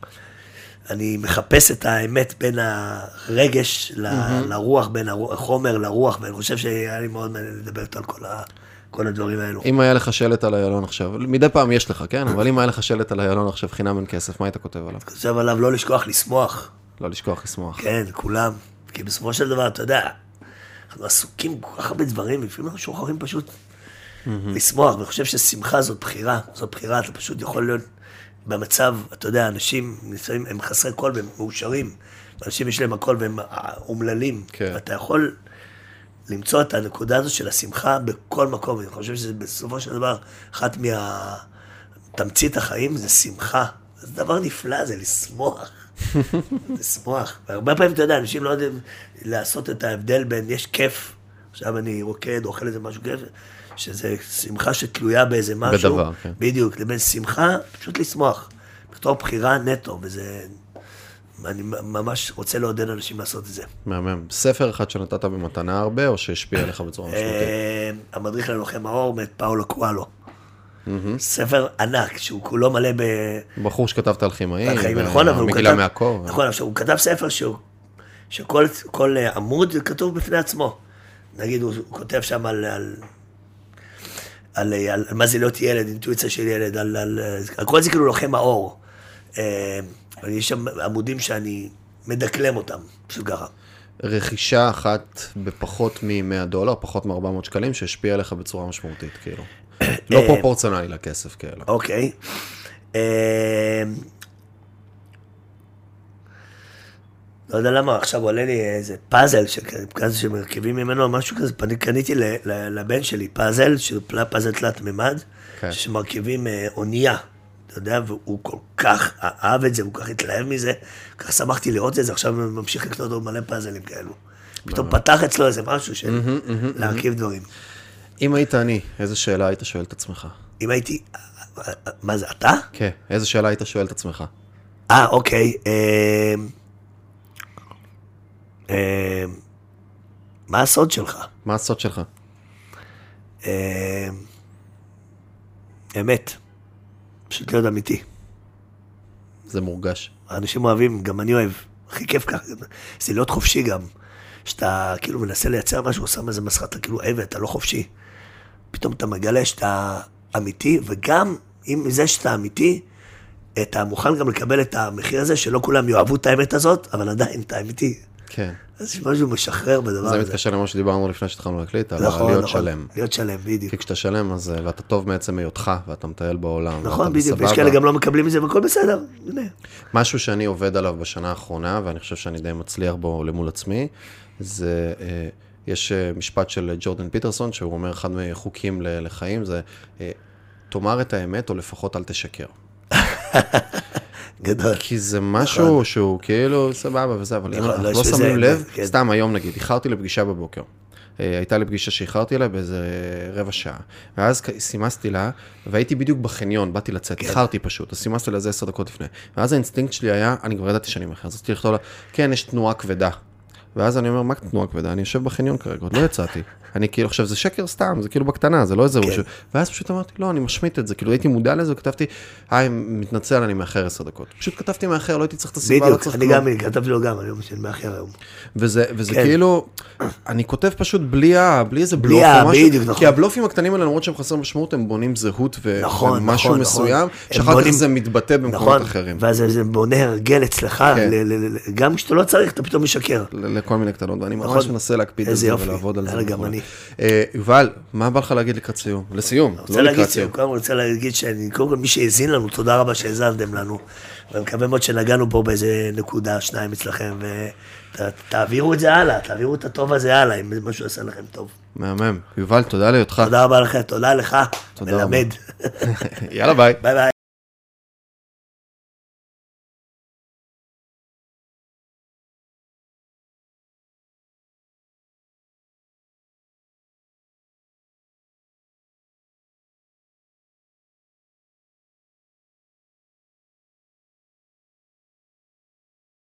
[SPEAKER 2] אני מחפש את האמת בין הרגש ל, לרוח, בין החומר לרוח, ואני חושב שהיה לי מאוד מעניין לדבר על כל ה... כל הדברים האלו.
[SPEAKER 1] אם היה לך שלט על איילון עכשיו, מדי פעם יש לך, כן? אבל אם היה לך שלט על איילון עכשיו חינם אין כסף, מה היית כותב עליו?
[SPEAKER 2] כותב עליו לא לשכוח לשמוח.
[SPEAKER 1] לא לשכוח לשמוח.
[SPEAKER 2] כן, כולם. כי בסופו של דבר, אתה יודע, אנחנו עסוקים כל כך הרבה דברים, לפעמים אנחנו שוכחים פשוט לשמוח, ואני חושב ששמחה זאת בחירה, זאת בחירה, אתה פשוט יכול להיות במצב, אתה יודע, אנשים הם חסרי קול והם מאושרים, אנשים יש להם הכל והם אומללים, ואתה יכול... למצוא את הנקודה הזו של השמחה בכל מקום. אני חושב שזה בסופו של דבר, אחת מהתמצית החיים זה שמחה. זה דבר נפלא, זה לשמוח. לשמוח. והרבה פעמים, אתה יודע, אנשים לא יודעים לעשות את ההבדל בין, יש כיף, עכשיו אני רוקד, אוכל איזה משהו כיף, שזה שמחה שתלויה באיזה משהו.
[SPEAKER 1] בדבר, כן.
[SPEAKER 2] בדיוק, לבין שמחה, פשוט לשמוח. בתור בחירה נטו, וזה... אני ממש רוצה לעודד אנשים לעשות את זה.
[SPEAKER 1] מהמם. ספר אחד שנתת במתנה הרבה, או שהשפיע עליך בצורה משמעותית?
[SPEAKER 2] המדריך ללוחם האור, מאת פאולו קואלו. ספר ענק, שהוא כולו מלא ב...
[SPEAKER 1] בחור שכתבת על כימאים,
[SPEAKER 2] מגילה
[SPEAKER 1] מהקור.
[SPEAKER 2] נכון, עכשיו הוא כתב ספר שכל עמוד כתוב בפני עצמו. נגיד, הוא כותב שם על... על מה זה להיות ילד, אינטואיציה של ילד, על כל זה כאילו לוחם האור. יש שם עמודים שאני מדקלם אותם, פשוט ככה.
[SPEAKER 1] רכישה אחת בפחות מ-מאה דולר, פחות מ-ארבע מאות שקלים, שהשפיע עליך בצורה משמעותית, כאילו. לא פרופורציונלי לכסף, כאילו.
[SPEAKER 2] אוקיי. לא יודע למה, עכשיו עולה לי איזה פאזל, כזה שמרכיבים ממנו, משהו כזה, קניתי לבן שלי פאזל, פאזל תלת ממד, שמרכיבים אונייה. אתה יודע, והוא כל כך אהב את זה, הוא כל כך התלהב מזה, כך שמחתי לראות את זה, עכשיו הוא ממשיך לקנות עוד מלא פאזלים כאלו. פתאום פתח אצלו איזה משהו של להרכיב דברים.
[SPEAKER 1] אם היית אני, איזה שאלה היית שואל את עצמך?
[SPEAKER 2] אם הייתי, מה זה, אתה?
[SPEAKER 1] כן, איזה שאלה היית שואל את עצמך?
[SPEAKER 2] אה, אוקיי. מה הסוד שלך?
[SPEAKER 1] מה הסוד שלך?
[SPEAKER 2] אמת. פשוט להיות אמיתי.
[SPEAKER 1] זה מורגש.
[SPEAKER 2] האנשים אוהבים, גם אני אוהב. הכי כיף ככה. זה להיות חופשי גם. שאתה כאילו מנסה לייצר משהו, עושה איזה מסחר, אתה כאילו עבד, אתה לא חופשי. פתאום אתה מגלה שאתה אמיתי, וגם עם זה שאתה אמיתי, אתה מוכן גם לקבל את המחיר הזה, שלא כולם יאהבו את האמת הזאת, אבל עדיין אתה אמיתי.
[SPEAKER 1] כן.
[SPEAKER 2] אז יש משהו משחרר בדבר הזה.
[SPEAKER 1] זה מתקשר למה שדיברנו לפני שהתחלנו להקליט, על
[SPEAKER 2] נכון,
[SPEAKER 1] להיות
[SPEAKER 2] נכון,
[SPEAKER 1] שלם.
[SPEAKER 2] להיות שלם, בדיוק.
[SPEAKER 1] כי כשאתה שלם, אז, ואתה טוב מעצם היותך, ואתה מטייל בעולם,
[SPEAKER 2] נכון, בדיוק, ויש כאלה גם לא מקבלים את זה, והכל בסדר. הנה.
[SPEAKER 1] משהו שאני עובד עליו בשנה האחרונה, ואני חושב שאני די מצליח בו למול עצמי, זה, יש משפט של ג'ורדן פיטרסון, שהוא אומר אחד מחוקים לחיים, זה, תאמר את האמת, או לפחות אל תשקר.
[SPEAKER 2] גדול.
[SPEAKER 1] כי זה משהו שהוא כאילו סבבה וזה, אבל אם אנחנו לא שמים לב, סתם היום נגיד, איחרתי לפגישה בבוקר. הייתה לי פגישה שאיחרתי לה באיזה רבע שעה. ואז סימסתי לה, והייתי בדיוק בחניון, באתי לצאת, איחרתי פשוט, אז סימסתי לה איזה עשר דקות לפני. ואז האינסטינקט שלי היה, אני כבר ידעתי שאני מאחר, אז רציתי לכתוב לה, כן, יש תנועה כבדה. ואז אני אומר, מה תנועה כבדה? אני יושב בחניון כרגע, עוד לא יצאתי. אני כאילו חושב, זה שקר סתם, זה כאילו בקטנה, זה לא איזה משהו. ואז פשוט אמרתי, לא, אני משמיט את זה, כאילו הייתי מודע לזה, וכתבתי, היי, מתנצל, אני מאחר עשר דקות. פשוט כתבתי מאחר, לא הייתי צריך את הסיבה, לא צריך
[SPEAKER 2] בדיוק, אני גם, כתבתי לו גם, אני אומר שאני מאחר היום.
[SPEAKER 1] וזה כאילו, אני כותב פשוט בלי איזה בלוף או משהו, כי הבלופים הקטנים האלה, למרות שהם חסר משמעות, הם בונים זהות ומשהו מסוים, שאחר כך זה מתבטא במקומות אחרים.
[SPEAKER 2] ואז זה בונה הרגל אצלך, גם כשאתה לא צריך, אתה פתאום משקר.
[SPEAKER 1] לכל מיני קטנות, ואני ממש מנסה להקפיד על זה ולעבוד על זה.
[SPEAKER 2] גם אני.
[SPEAKER 1] יובל, מה בא לך להגיד לקראת סיום? לסיום, לא לקראת סיום.
[SPEAKER 2] אני רוצה להגיד שאני, קודם כל מי שהזין לנו, תודה רבה שהזנתם לנו, ואני מקווה מאוד שנגענו פה באיזה נקודה, שניים אצלכם, ותעבירו את זה הלאה, תעבירו את הטוב הזה הלאה, אם משהו עשה לכם טוב.
[SPEAKER 1] מהמם. יובל, תודה להיותך.
[SPEAKER 2] תודה רבה לכם, תודה לך, מלמד.
[SPEAKER 1] יאללה ביי.
[SPEAKER 2] ביי ביי.